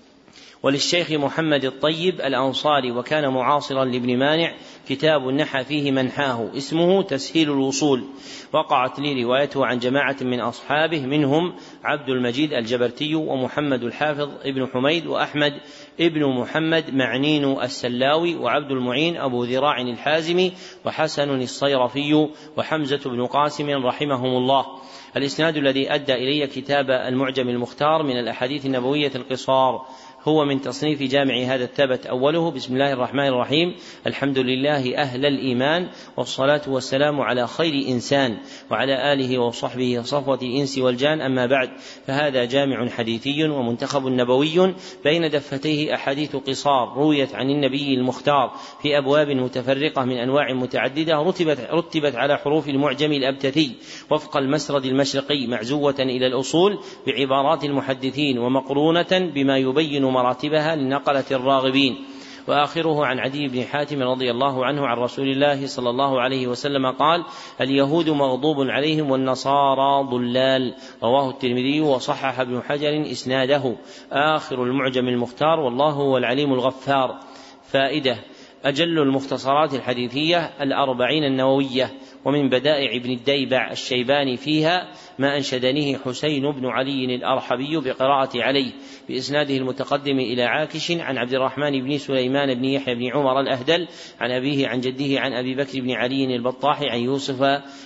وللشيخ محمد الطيب الأنصاري وكان معاصرا لابن مانع كتاب نحى فيه منحاه اسمه تسهيل الوصول، وقعت لي روايته عن جماعة من أصحابه منهم عبد المجيد الجبرتي ومحمد الحافظ ابن حميد وأحمد ابن محمد معنين السلاوي وعبد المعين أبو ذراع الحازمي وحسن الصيرفي وحمزة بن قاسم رحمهم الله. الإسناد الذي أدى إلي كتاب المعجم المختار من الأحاديث النبوية القصار هو من تصنيف جامع هذا الثبت. أوله بسم الله الرحمن الرحيم الحمد لله أهل الإيمان والصلاة والسلام على خير إنسان وعلى آله وصحبه صفوة الإنس والجان، أما بعد، فهذا جامع حديثي ومنتخب نبوي بين دفتيه أحاديث قصار رويت عن النبي المختار في أبواب متفرقة من أنواع متعددة رتبت على حروف المعجم الأبتثي وفق المسرد المشرقي، معزوة إلى الأصول بعبارات المحدثين ومقرونة بما يبين مراتبها للنقلة الراغبين. وآخره عن عدي بن حاتم رضي الله عنه عن رسول الله صلى الله عليه وسلم قال: اليهود مغضوب عليهم والنصارى ضلال، رواه الترمذي وصحح ابن حجر إسناده. آخر المعجم المختار، والله هو العليم الغفار. فائدة: أجل المختصرات الحديثية 40 النووية، ومن بدائع ابن الديبع الشيباني فيها ما أنشدنيه حسين بن علي الأرحبي بقراءة عليه بإسناده المتقدم إلى عاكش عن عبد الرحمن بن سليمان بن يحيى بن عمر الأهدل عن أبيه عن جده عن أبي بكر بن علي البطاح عن يوسف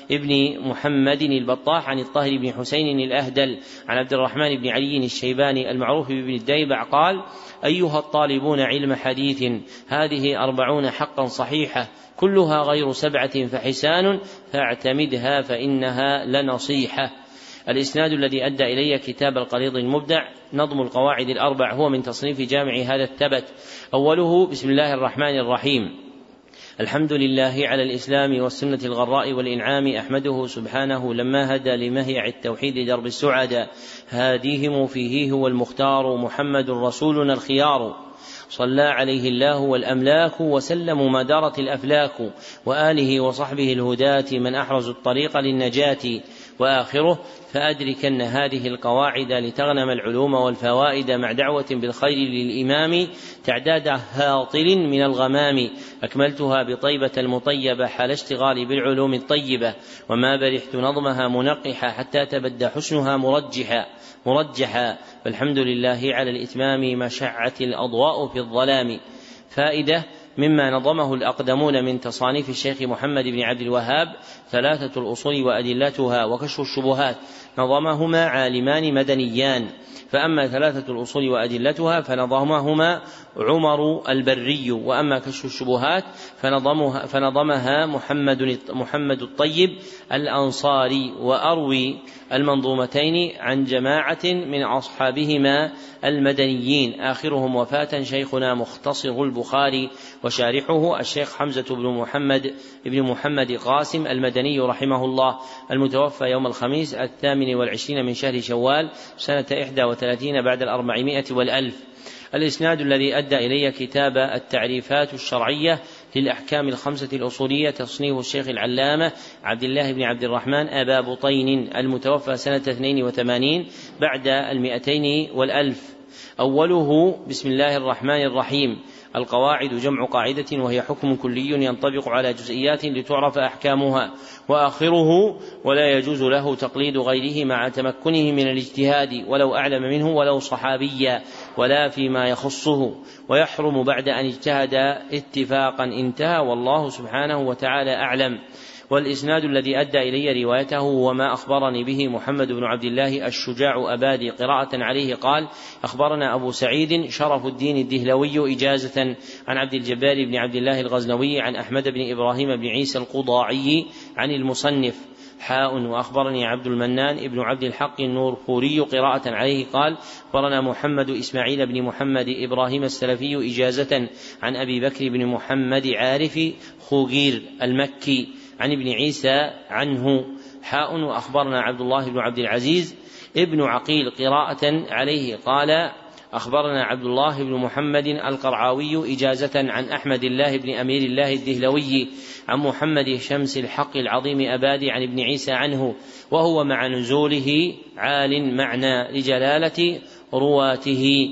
بن محمد البطاح عن الطاهر بن حسين الأهدل عن عبد الرحمن بن علي الشيباني المعروف بابن الديبع قال: أيها الطالبون علم حديث، هذه 40 حقا صحيحة كلها غير 7 فحسان، فاعتمدها فإنها لنصيحة. الإسناد الذي أدى إلي كتاب القريض المبدع نظم القواعد 4 هو من تصنيف جامع هذا الثبت. أوله بسم الله الرحمن الرحيم الحمد لله على الإسلام والسنة الغراء والإنعام، أحمده سبحانه لما هدى لمهيع التوحيد درب السعداء، هاديهم فيه هو المختار، محمد رسولنا الخيار، صلى عليه الله والأملاك وسلم ما دارت الأفلاك، وآله وصحبه الهداة من أحرزوا الطريق للنجاة. وآخره: فأدركن هذه القواعد لتغنم العلوم والفوائد، مع دعوة بالخير للإمام تعداد هاطل من الغمام، أكملتها بطيبة المطيبة حال اشتغالي بالعلوم الطيبة، وما برحت نظمها منقحة حتى تبدى حسنها مرجحا، فالحمد لله على الإتمام ما شعت الأضواء في الظلام. فائدة: مما نظمه الأقدمون من تصانيف الشيخ محمد بن عبد الوهاب 3 الأصول وأدلتها وكشف الشبهات، نظمهما عالمان مدنيان، فأما 3 الأصول وأدلتها فنظمهما عمر البري، وأما كشف الشبهات فنظمها محمد الطيب الأنصاري. وأروي المنظومتين عن جماعة من أصحابهما المدنيين، آخرهم وفاة شيخنا مختصر البخاري وشارحه الشيخ حمزة بن محمد قاسم المدني رحمه الله، المتوفى يوم الخميس 28 من شهر شوال سنة 31 بعد 400 والألف. الإسناد الذي أدى إلي كتاب التعريفات الشرعية للأحكام ال5 الأصولية، تصنيف الشيخ العلامة عبد الله بن عبد الرحمن أبا بطين، المتوفى سنة 82 بعد 200 والألف. أوله بسم الله الرحمن الرحيم. القواعد جمع قاعدة، وهي حكم كلي ينطبق على جزئيات لتعرف أحكامها. وآخره: ولا يجوز له تقليد غيره مع تمكنه من الاجتهاد ولو أعلم منه ولو صحابيا، ولا فيما يخصه، ويحرم بعد أن اجتهد اتفاقا انتهى، والله سبحانه وتعالى أعلم. والإسناد الذي أدى إلي روايته وما أخبرني به محمد بن عبد الله الشجاع أبادي قراءة عليه قال: أخبرنا أبو سعيد شرف الدين الدهلوي إجازة عن عبد الجبار بن عبد الله الغزنوي عن أحمد بن إبراهيم بن عيسى القضاعي عن المصنف وأخبرني عبد المنان ابن عبد الحق النورفوري قراءة عليه قال: أخبرنا محمد إسماعيل بن محمد إبراهيم السلفي إجازة عن أبي بكر بن محمد عارف خوغير المكي عن ابن عيسى عنه وأخبرنا عبد الله بن عبد العزيز ابن عقيل قراءة عليه قال: أخبرنا عبد الله بن محمد القرعاوي إجازة عن أحمد الله بن أمير الله الدهلوي عن محمد شمس الحق العظيم أبادي عن ابن عيسى عنه، وهو مع نزوله عال معنى لجلالة رواته.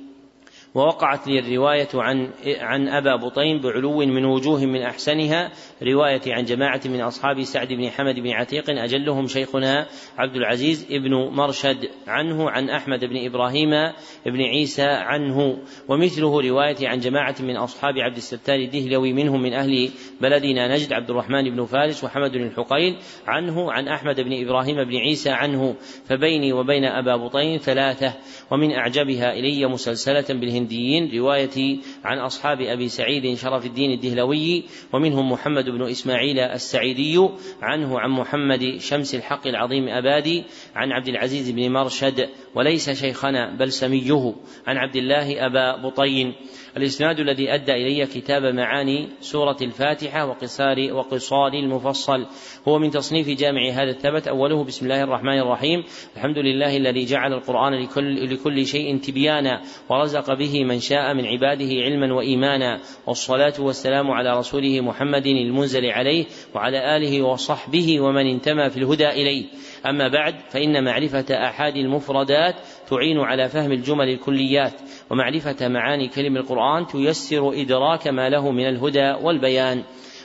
ووقعت لي الرواية عن أبا بطين بعلو من وجوه، من أحسنها رواية عن جماعة من أصحاب سعد بن حمد بن عتيق أجلهم شيخنا عبد العزيز ابن مرشد عنه عن أحمد بن إبراهيم بن عيسى عنه. ومثله رواية عن جماعة من أصحاب عبد الستار الدهلوي منهم من أهل بلدنا نجد عبد الرحمن بن فارس وحمد بن الحقيل عنه عن أحمد بن إبراهيم بن عيسى عنه. فبيني وبين أبا بطين 3. ومن أعجبها إلي مسلسلة بالهندي الهنديين رواية عن أصحاب أبي سعيد شرف الدين الدهلوي، ومنهم محمد بن إسماعيل السعيدي عنه عن محمد شمس الحق العظيم أبادي عن عبد العزيز بن مرشد وليس شيخنا بل سميه عن عبد الله أبا بطين. الإسناد الذي أدى إلي كتاب معاني سورة الفاتحة وقصار المفصل هو من تصنيف جامع هذا الثبت. أوله بسم الله الرحمن الرحيم الحمد لله الذي جعل القرآن لكل شيء تبيانا ورزق به من شاء من عباده علما وإيمانا، والصلاة والسلام على رسوله محمد المنزل عليه وعلى آله وصحبه ومن انتمى في الهدى إليه. أما بعد، فإن معرفة أحد المفردات تعين على فهم الجمل الكليات، ومعرفة معاني كلم القرآن تيسر إدراك ما له من الهدى والبيان.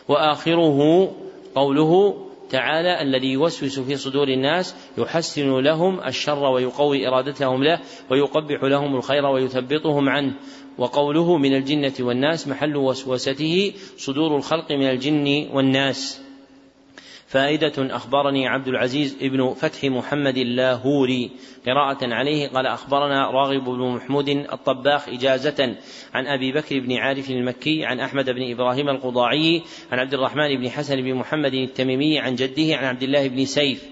وآخره قوله تعالى الذي يوسوس في صدور الناس يحسن لهم الشر ويقوي إرادتهم له ويقبح لهم الخير ويثبطهم عنه. وقوله من الجنة والناس محل وسوسته صدور الخلق من الجن والناس. فائدة: أخبرني عبد العزيز ابن فتح محمد اللاهوري قراءة عليه قال أخبرنا راغب بن محمود الطباخ إجازة عن أبي بكر بن عارف المكي عن أحمد بن إبراهيم القضاعي عن عبد الرحمن بن حسن بن محمد التميمي عن جده عن عبد الله بن سيف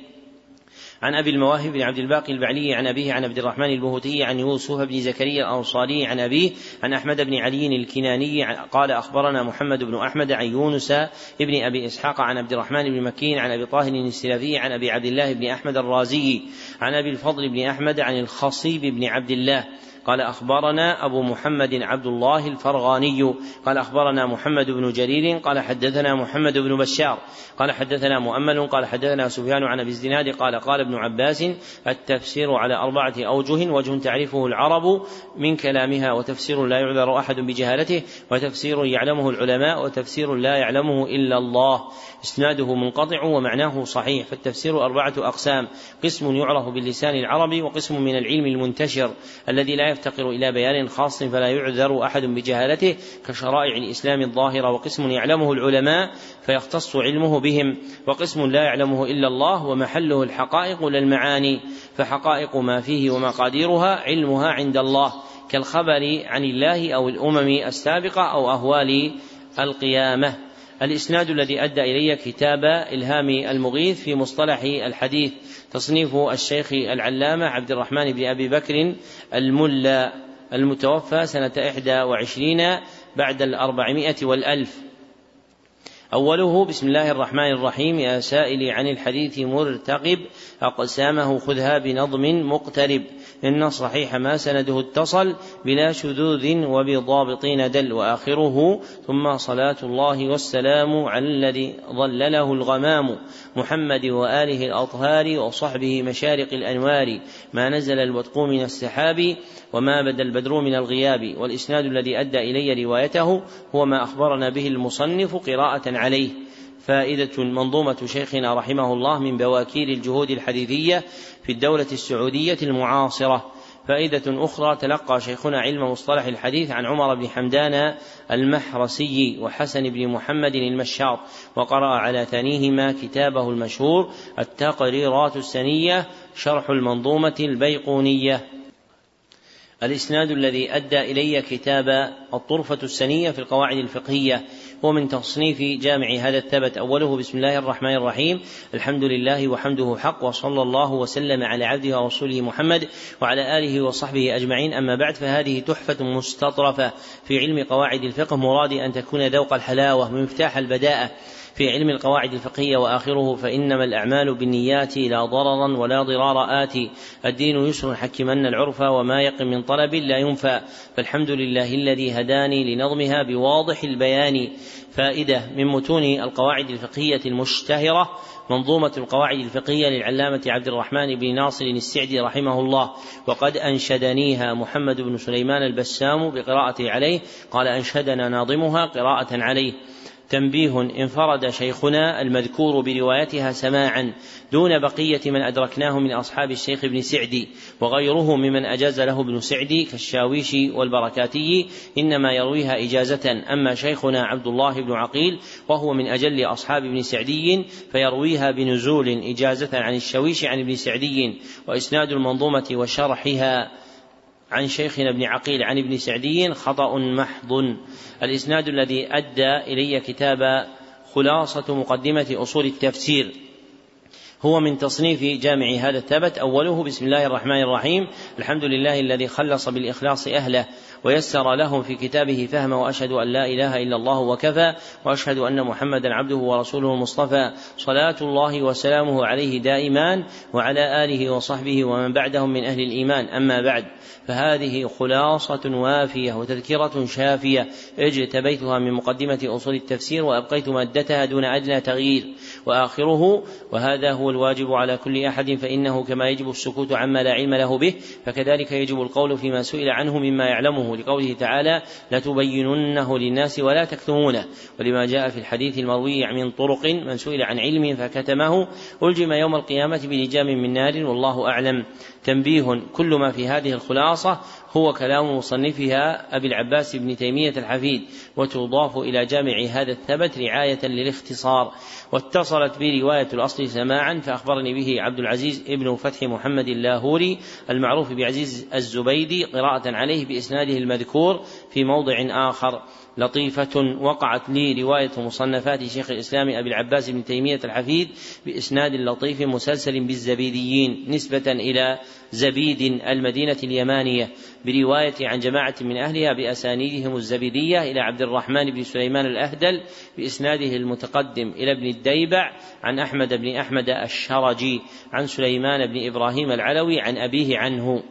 عن أبي المواهب بن عبد الباقي البعلي عن أبيه عن عبد الرحمن البهوتي عن يوسف بن زكريا الأنصاري عن أبيه عن أحمد بن علي الكناني قال أخبرنا محمد بن أحمد عن يونس ابن أبي إسحاق عن عبد الرحمن بن مكين عن أبي طاهر السلفي عن أبي عبد الله بن أحمد الرازي عن أبي الفضل بن أحمد عن الخصيب بن عبد الله قال أخبرنا أبو محمد عبد الله الفرغاني قال أخبرنا محمد بن جرير قال حدثنا محمد بن بشار قال حدثنا مؤمل قال حدثنا سفيان عن أبي الزناد قال ابن عباس التفسير على 4 أوجه: وجه تعرفه العرب من كلامها، وتفسير لا يعذر أحد بجهالته، وتفسير يعلمه العلماء، وتفسير لا يعلمه إلا الله. إسناده منقطع ومعناه صحيح. فالتفسير 4 أقسام: قسم يعرف باللسان العربي، وقسم من العلم المنتشر الذي لا يفتقر إلى بيان خاص فلا يعذر أحد بجهالته كشرائع الإسلام الظاهرة، وقسم يعلمه العلماء فيختص علمه بهم، وقسم لا يعلمه إلا الله ومحله الحقائق للمعاني، فحقائق ما فيه ومقاديرها علمها عند الله كالخبر عن الله أو الأمم السابقة أو أهوال القيامة. الإسناد الذي أدى إلي كتاب إلهام المغيث في مصطلح الحديث تصنيف الشيخ العلامة عبد الرحمن بن أبي بكر الملا المتوفى سنة 21 بعد 400 والألف. أوله بسم الله الرحمن الرحيم يا سائلي عن الحديث مرتقب أقسامه خذها بنظم مقترب، إن صحيح ما سنده اتصل بلا شذوذ وبضابطين دل. وآخره ثم صلاة الله والسلام على الذي ظلله الغمام محمد وآله الأطهار وصحبه مشارق الأنوار، ما نزل الودق من السحاب وما بدا البدر من الغياب. والإسناد الذي أدى إلي روايته هو ما أخبرنا به المصنف قراءة عليه. فائدة: منظومة شيخنا رحمه الله من بواكير الجهود الحديثية في الدولة السعودية المعاصرة. فائدة أخرى: تلقى شيخنا علم مصطلح الحديث عن عمر بن حمدان المحرسي وحسن بن محمد المشاط، وقرأ على ثانيهما كتابه المشهور التقريرات السنية شرح المنظومة البيقونية. الإسناد الذي أدى إلي كتاب الطرفة السنية في القواعد الفقهية هو من تصنيف جامع هذا الثبت. أوله بسم الله الرحمن الرحيم الحمد لله وحمده حق، وصلى الله وسلم على عبده ورسوله محمد وعلى آله وصحبه أجمعين. أما بعد، فهذه تحفة مستطرفة في علم قواعد الفقه، مرادي أن تكون ذوق الحلاوة ومفتاح البداءة في علم القواعد الفقهية. وآخره فإنما الأعمال بالنيات لا ضررا ولا ضرار آتي، الدين يسر حكمن العرف وما يقم من طلب لا ينفى، فالحمد لله الذي هداني لنظمها بواضح البيان. فائدة: من متون القواعد الفقهية المشتهرة منظومة القواعد الفقهية للعلامة عبد الرحمن بن ناصر السعدي رحمه الله، وقد أنشدنيها محمد بن سليمان البسام بقراءته عليه، قال أنشدنا ناظمها قراءة عليه. تنبيه: انفرد شيخنا المذكور بروايتها سماعا دون بقية من أدركناه من أصحاب الشيخ ابن سعدي، وغيره ممن أجاز له ابن سعدي كالشاويشي والبركاتي إنما يرويها إجازة. أما شيخنا عبد الله بن عقيل وهو من أجل أصحاب ابن سعدي فيرويها بنزول إجازة عن الشاويشي عن ابن سعدي. وإسناد المنظومة وشرحها عن شيخنا ابن عقيل عن ابن سعدي خطأ محض. الإسناد الذي أدى إلي كتاب خلاصة مقدمة أصول التفسير هو من تصنيف جامع هذا الثبت. أوله بسم الله الرحمن الرحيم الحمد لله الذي خلص بالإخلاص أهله ويسر له في كتابه فهم، وأشهد أن لا إله إلا الله وكفى، وأشهد أن محمدا عبده ورسوله المصطفى، صلاة الله وسلامه عليه دائمان وعلى آله وصحبه ومن بعدهم من أهل الإيمان. أما بعد، فهذه خلاصة وافية وتذكرة شافية اجتبيتها من مقدمة أصول التفسير وأبقيت مادتها دون أدنى تغيير. وآخره: وهذا هو الواجب على كل أحد، فإنه كما يجب السكوت عما لا علم له به فكذلك يجب القول فيما سئل عنه مما يعلمه، لقوله تعالى: لتبيننه للناس ولا تكتمونه. ولما جاء في الحديث المروي من طرق: من سئل عن علم فكتمه ألجم يوم القيامة بلجام من نار، والله أعلم. تنبيه: كل ما في هذه الخلاصة هو كلام مصنفها أبي العباس بن تيمية الحفيد، وتضاف إلى جامع هذا الثبت رعاية للاختصار. واتصلت بي رواية الأصل سماعا، فأخبرني به عبد العزيز ابن فتح محمد اللاهوري المعروف بعزيز الزبيدي قراءة عليه بإسناده المذكور في موضع آخر. لطيفة: وقعت لي رواية مصنفات شيخ الإسلام أبي العباس بن تيمية الحفيد بإسناد لطيف مسلسل بالزبيديين نسبة إلى زبيد المدينة اليمانية، برواية عن جماعة من أهلها بأسانيدهم الزبيدية إلى عبد الرحمن بن سليمان الأهدل بإسناده المتقدم إلى ابن الديبع عن أحمد بن أحمد الشرجي عن سليمان بن إبراهيم العلوي عن أبيه عنه.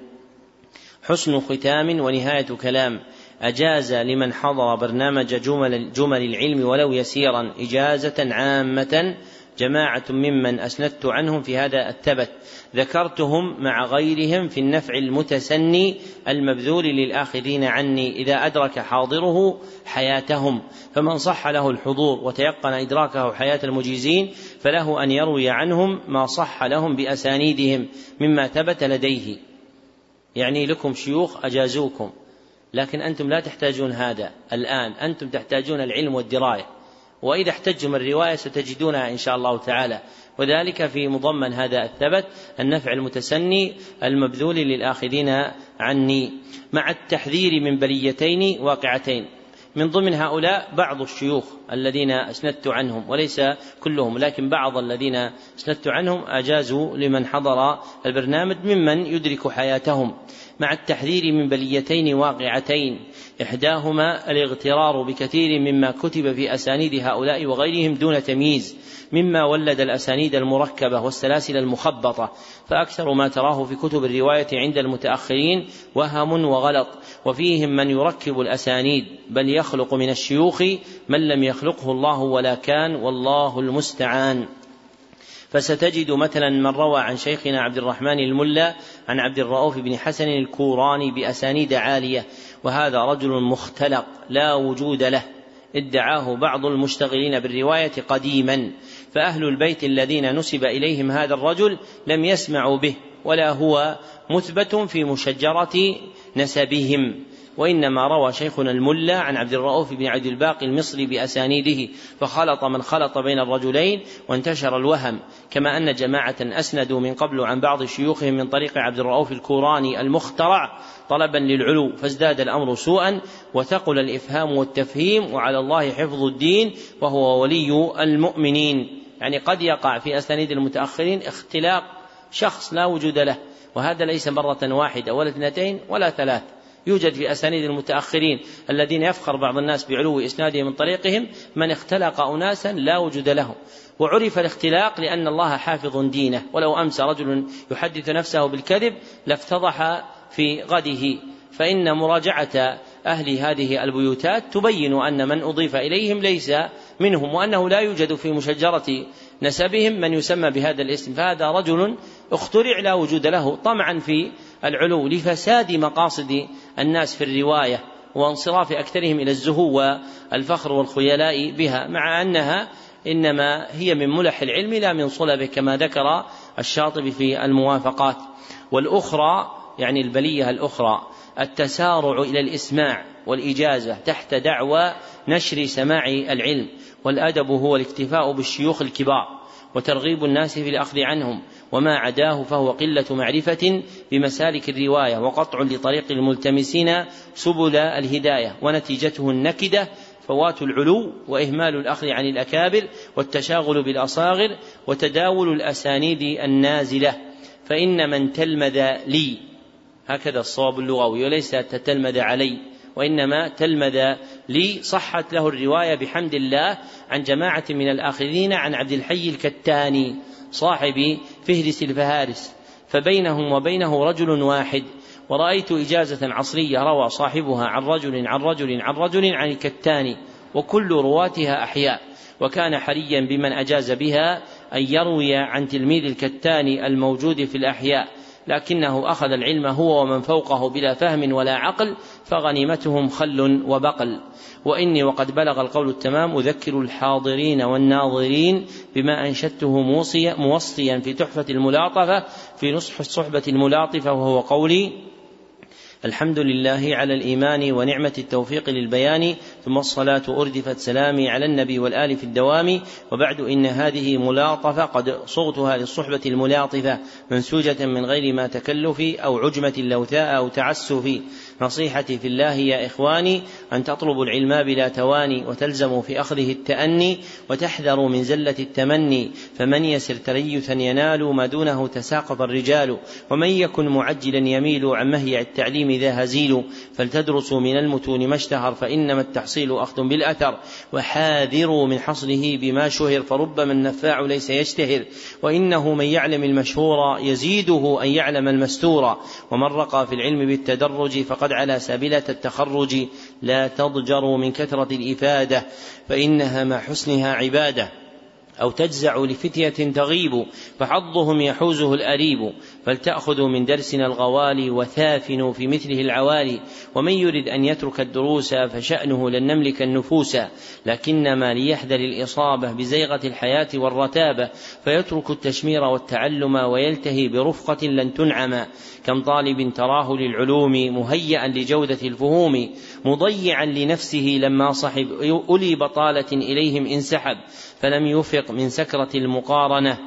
حسن ختام ونهاية كلام: أجاز لمن حضر برنامج جمل العلم ولو يسيرا إجازة عامة جماعة ممن أسندت عنهم في هذا الثبت، ذكرتهم مع غيرهم في النفع المتسني المبذول للآخذين عني إذا أدرك حاضره حياتهم. فمن صح له الحضور وتيقن إدراكه حياة المجيزين فله أن يروي عنهم ما صح لهم بأسانيدهم مما ثبت لديه. يعني لكم شيوخ أجازوكم، لكن أنتم لا تحتاجون هذا الآن، أنتم تحتاجون العلم والدراية، وإذا احتجتم الرواية ستجدونها إن شاء الله تعالى. وذلك في مضمن هذا الثبت النفع المتسني المبذول للآخذين عني، مع التحذير من بليتين واقعتين. من ضمن هؤلاء بعض الشيوخ الذين أسندت عنهم، وليس كلهم لكن بعض الذين أسندت عنهم أجازوا لمن حضر البرنامج ممن يدرك حياتهم، مع التحذير من بليتين واقعتين: إحداهما الاغترار بكثير مما كتب في أسانيد هؤلاء وغيرهم دون تمييز، مما ولد الأسانيد المركبة والسلاسل المخبطة، فأكثر ما تراه في كتب الرواية عند المتأخرين وهم وغلط، وفيهم من يركب الأسانيد بل يخلق من الشيوخ من لم يخلقه الله ولا كان، والله المستعان. فستجد مثلا من روى عن شيخنا عبد الرحمن الملا عن عبد الرؤوف بن حسن الكوراني بأسانيد عالية، وهذا رجل مختلق لا وجود له، ادعاه بعض المشتغلين بالرواية قديما، فأهل البيت الذين نسب إليهم هذا الرجل لم يسمعوا به ولا هو مثبت في مشجرة نسبهم، وإنما روى شيخنا الملا عن عبد الرؤوف بن عبد الباقي المصري بأسانيده، فخلط من خلط بين الرجلين وانتشر الوهم، كما أن جماعة أسندوا من قبل عن بعض شيوخهم من طريق عبد الرؤوف الكوراني المخترع طلبا للعلو، فازداد الأمر سوءا وثقل الإفهام والتفهيم، وعلى الله حفظ الدين وهو ولي المؤمنين. يعني قد يقع في أسانيد المتأخرين اختلاق شخص لا وجود له، وهذا ليس مرة واحدة ولا اثنتين ولا ثلاث، يوجد في أسانيد المتأخرين الذين يفخر بعض الناس بعلو إسنادهم من طريقهم من اختلق أناسا لا وجود لهم. وعرف الاختلاق لأن الله حافظ دينه، ولو أمسى رجل يحدث نفسه بالكذب لافتضح في غده، فإن مراجعة أهل هذه البيوتات تبين أن من أضيف إليهم ليس منهم، وأنه لا يوجد في مشجرة نسبهم من يسمى بهذا الاسم، فهذا رجل اخترع لا وجود له طمعا في العلو لفساد مقاصد الناس في الرواية وانصراف أكثرهم إلى الزهو والفخر والخيلاء بها، مع أنها إنما هي من ملح العلم لا من صلبه، كما ذكر الشاطبي في الموافقات. والأخرى يعني البلية الأخرى التسارع إلى الإسماع والإجازة تحت دعوى نشر سماع العلم، والأدب هو الاكتفاء بالشيوخ الكبار وترغيب الناس في الأخذ عنهم، وما عداه فهو قلة معرفة بمسالك الرواية وقطع لطريق الملتمسين سبل الهداية، ونتيجته النكدة فوات العلو وإهمال الأخذ عن الأكابر والتشاغل بالأصاغر وتداول الأسانيد النازلة. فإن من تلمذ لي، هكذا الصواب اللغوي، وليس تتلمذ علي، وإنما تلمذ لي، صحت له الرواية بحمد الله عن جماعة من الآخرين عن عبد الحي الكتاني صاحب فهرس الفهارس، فبينهم وبينه رجل واحد. ورأيت إجازة عصرية روى صاحبها عن رجل عن رجل عن رجل عن الكتاني، وكل رواتها أحياء، وكان حريا بمن أجاز بها أن يروي عن تلميذ الكتاني الموجود في الأحياء، لكنه أخذ العلم هو ومن فوقه بلا فهم ولا عقل، فغنيمتهم خل وبقل. وإني وقد بلغ القول التمام أذكر الحاضرين والناظرين بما أنشدته موصيا في تحفة الملاطفة في نصح الصحبة الملاطفة، وهو قولي: الحمد لله على الإيمان ونعمة التوفيق للبيان، ثم الصلاة أردفت سلامي على النبي والآل في الدوام، وبعد إن هذه ملاطفة قد صغتها للصحبة الملاطفة منسوجة من غير ما تكلف أو عجمة لوثاء أو تعسف. نصيحتي في الله يا إخواني أن تطلبوا العلم بلا تواني، وتلزموا في أخذه التأني، وتحذروا من زلة التمني، فمن يسر تريثا ينال ما دونه تساقط الرجال، ومن يكن معجلا يميل عن مهيع التعليم ذا هزيل. فلتدرسوا من المتون ما اشتهر، فإنما التحصيل أخذ بالأثر، وحاذروا من حصله بما شهر، فربما النفاع ليس يشتهر، وإنه من يعلم المشهور يزيده أن يعلم المستور، ومن رقى في العلم بالتدرج فقد على سابلة التخرج. لا تضجروا من كثرة الإفادة، فإنها مع حسنها عبادة، أو تجزع لفتية تغيب، فحظهم يحوزه الأريب. فلتأخذوا من درسنا الغوالي، وثافنوا في مثله العوالي. ومن يرد أن يترك الدروس فشأنه لن نملك النفوس، لكنما ليحذر الإصابة بزيغة الحياة والرتابة، فيترك التشمير والتعلم ويلتهي برفقة لن تنعم. كم طالب تراه للعلوم مهيئا لجودة الفهوم، مضيعا لنفسه لما صحب أولي بطالة إليهم انسحب، فلم يفق من سكرة المقارنة،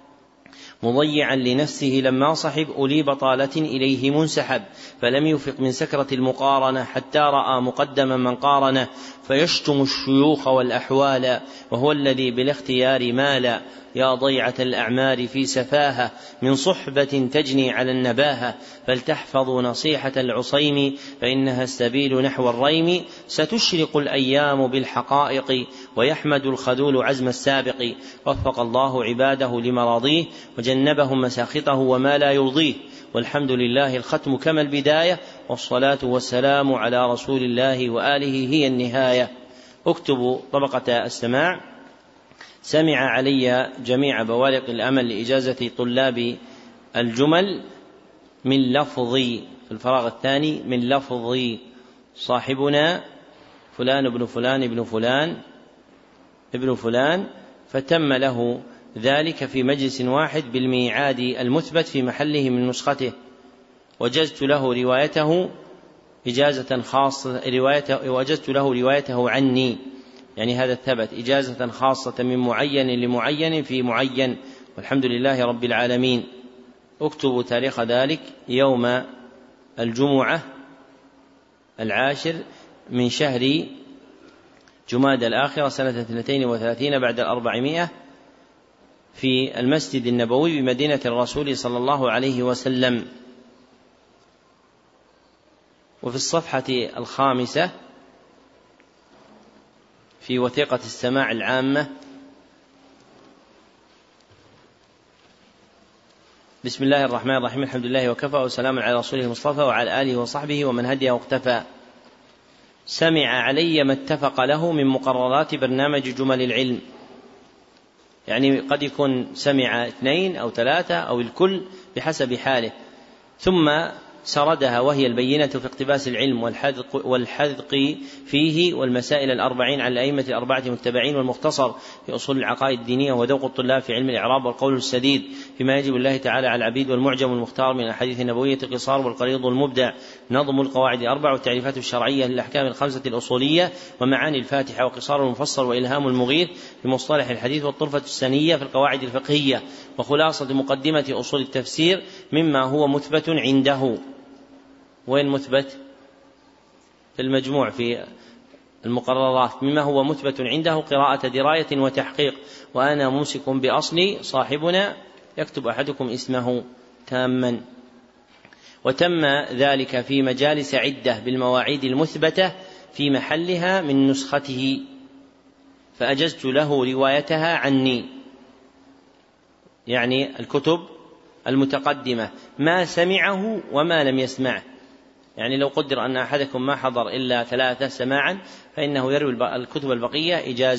مضيعا لنفسه لما صحب أولي بطالة إليه منسحب، فلم يفق من سكرة المقارنة حتى رأى مقدما من قارنه، فيشتم الشيوخ والأحوال وهو الذي بالاختيار مال. يا ضيعة الأعمار في سفاهة من صحبة تجني على النباهة، فلتحفظوا نصيحة العصيم فإنها السبيل نحو الريم. ستشرق الأيام بالحقائق ويحمد الخذول عزم السابق، وفق الله عباده لمراضيه وجنبهم مساخطه وما لا يرضيه. والحمد لله الختم كما البداية، والصلاة والسلام على رسول الله وآله هي النهاية. اكتبوا طبقة السماع. سمع علي جميع بوارق الأمل لإجازة طلاب الجمل من لفظي، في الفراغ الثاني من لفظي صاحبنا فلان ابن فلان ابن فلان ابن فلان، فتم له ذلك في مجلس واحد بالميعاد المثبت في محله من نسخته، وجزت له روايته إجازة خاصة، وجزت له روايته عني، يعني هذا الثبت إجازة خاصة من معين لمعين في معين، والحمد لله رب العالمين. اكتبوا تاريخ ذلك يوم الجمعة 10 من شهر جمادى الآخرة سنة 32 بعد 400 في المسجد النبوي بمدينة الرسول صلى الله عليه وسلم. وفي الصفحة 5 في وثيقة السماع العامة: بسم الله الرحمن الرحيم، الحمد لله وكفى، وسلام على رسوله المصطفى وعلى آله وصحبه ومن هدي واقتفى. سمع علي ما اتفق له من مقررات برنامج جمل العلم، يعني قد يكون سمع 2 أو 3 أو الكل بحسب حاله. ثم سردها، وهي البينة في اقتباس العلم والحذق فيه، والمسائل 40 عن الأئمة 4 متبعين، والمختصر في أصول العقائد الدينية، وذوق الطلاب في علم الإعراب، والقول السديد فيما يجب الله تعالى على العبيد، والمعجم المختار من الأحاديث النبوية قصار، والقريض المبدع، نظم القواعد 4، والتعريفات الشرعية للأحكام 5 الأصولية، ومعاني الفاتحة، وقصار المفصل، وإلهام المغيث في مصطلح الحديث، والطرفة السنية في القواعد الفقهية، وخلاصة مقدمة أصول التفسير مما هو مثبت عنده. وين مثبت؟ في المجموع في المقررات. مما هو مثبت عنده قراءة دراية وتحقيق، وأنا ممسك بأصلي صاحبنا يكتب أحدكم اسمه تاما. وتم ذلك في مجالس عدة بالمواعيد المثبتة في محلها من نسخته، فأجزت له روايتها عني، يعني الكتب المتقدمة، ما سمعه وما لم يسمعه. يعني لو قدر أن أحدكم ما حضر إلا 3 سماعا، فإنه يروي الكتب البقية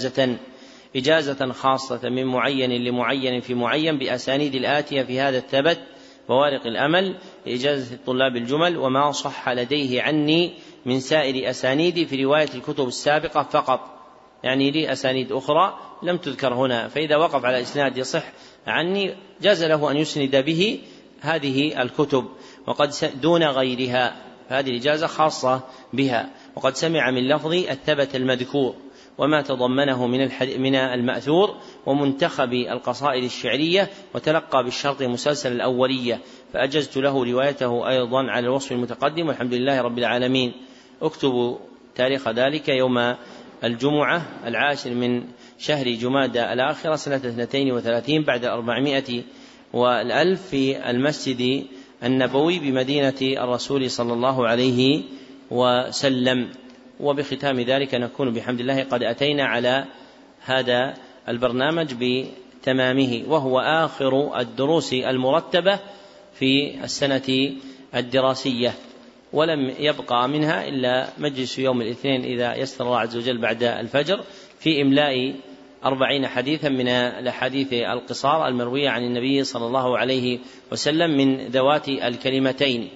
إجازة خاصة من معين لمعين في معين بأسانيد الآتية في هذا الثبت: بوارق الأمل لإجازة الطلاب الجمل، وما صح لديه عني من سائر أسانيدي في رواية الكتب السابقة فقط، يعني لي أسانيد أخرى لم تذكر هنا، فإذا وقف على إسناد يصح عني جاز له أن يسند به هذه الكتب، وقد دون غيرها، فهذه الإجازة خاصة بها. وقد سمع من لفظ الثبت المذكور وما تضمنه من المأثور ومنتخب القصائد الشعرية، وتلقى بالشرط مسلسل الأولية، فأجزت له روايته أيضا على الوصف المتقدم، والحمد لله رب العالمين. اكتبوا تاريخ ذلك يوم الجمعة 10 من شهر جمادى الآخرة سنة 32 بعد 400 والألف في المسجد النبوي بمدينة الرسول صلى الله عليه وسلم. وبختام ذلك نكون بحمد الله قد أتينا على هذا البرنامج بتمامه، وهو آخر الدروس المرتبة في السنة الدراسية، ولم يبقى منها إلا مجلس يوم الاثنين إذا يسر الله عز وجل بعد الفجر في إملاء 40 حديثا من الأحاديث القصار المروية عن النبي صلى الله عليه وسلم من ذوات الكلمتين،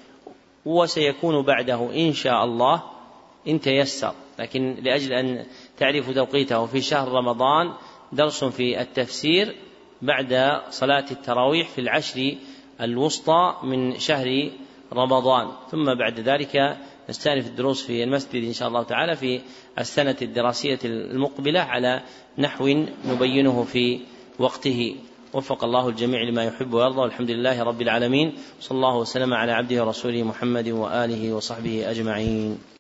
وسيكون بعده إن شاء الله إن تيسر، لكن لأجل أن تعرفوا توقيته في شهر رمضان درس في التفسير بعد صلاة التراويح في 10 الوسطى من شهر رمضان، ثم بعد ذلك نستأنف الدروس في المسجد إن شاء الله تعالى في السنة الدراسية المقبلة على نحو نبينه في وقته. وفق الله الجميع لما يحب ويرضى، والحمد لله رب العالمين، صلى الله وسلم على عبده ورسوله محمد وآله وصحبه أجمعين.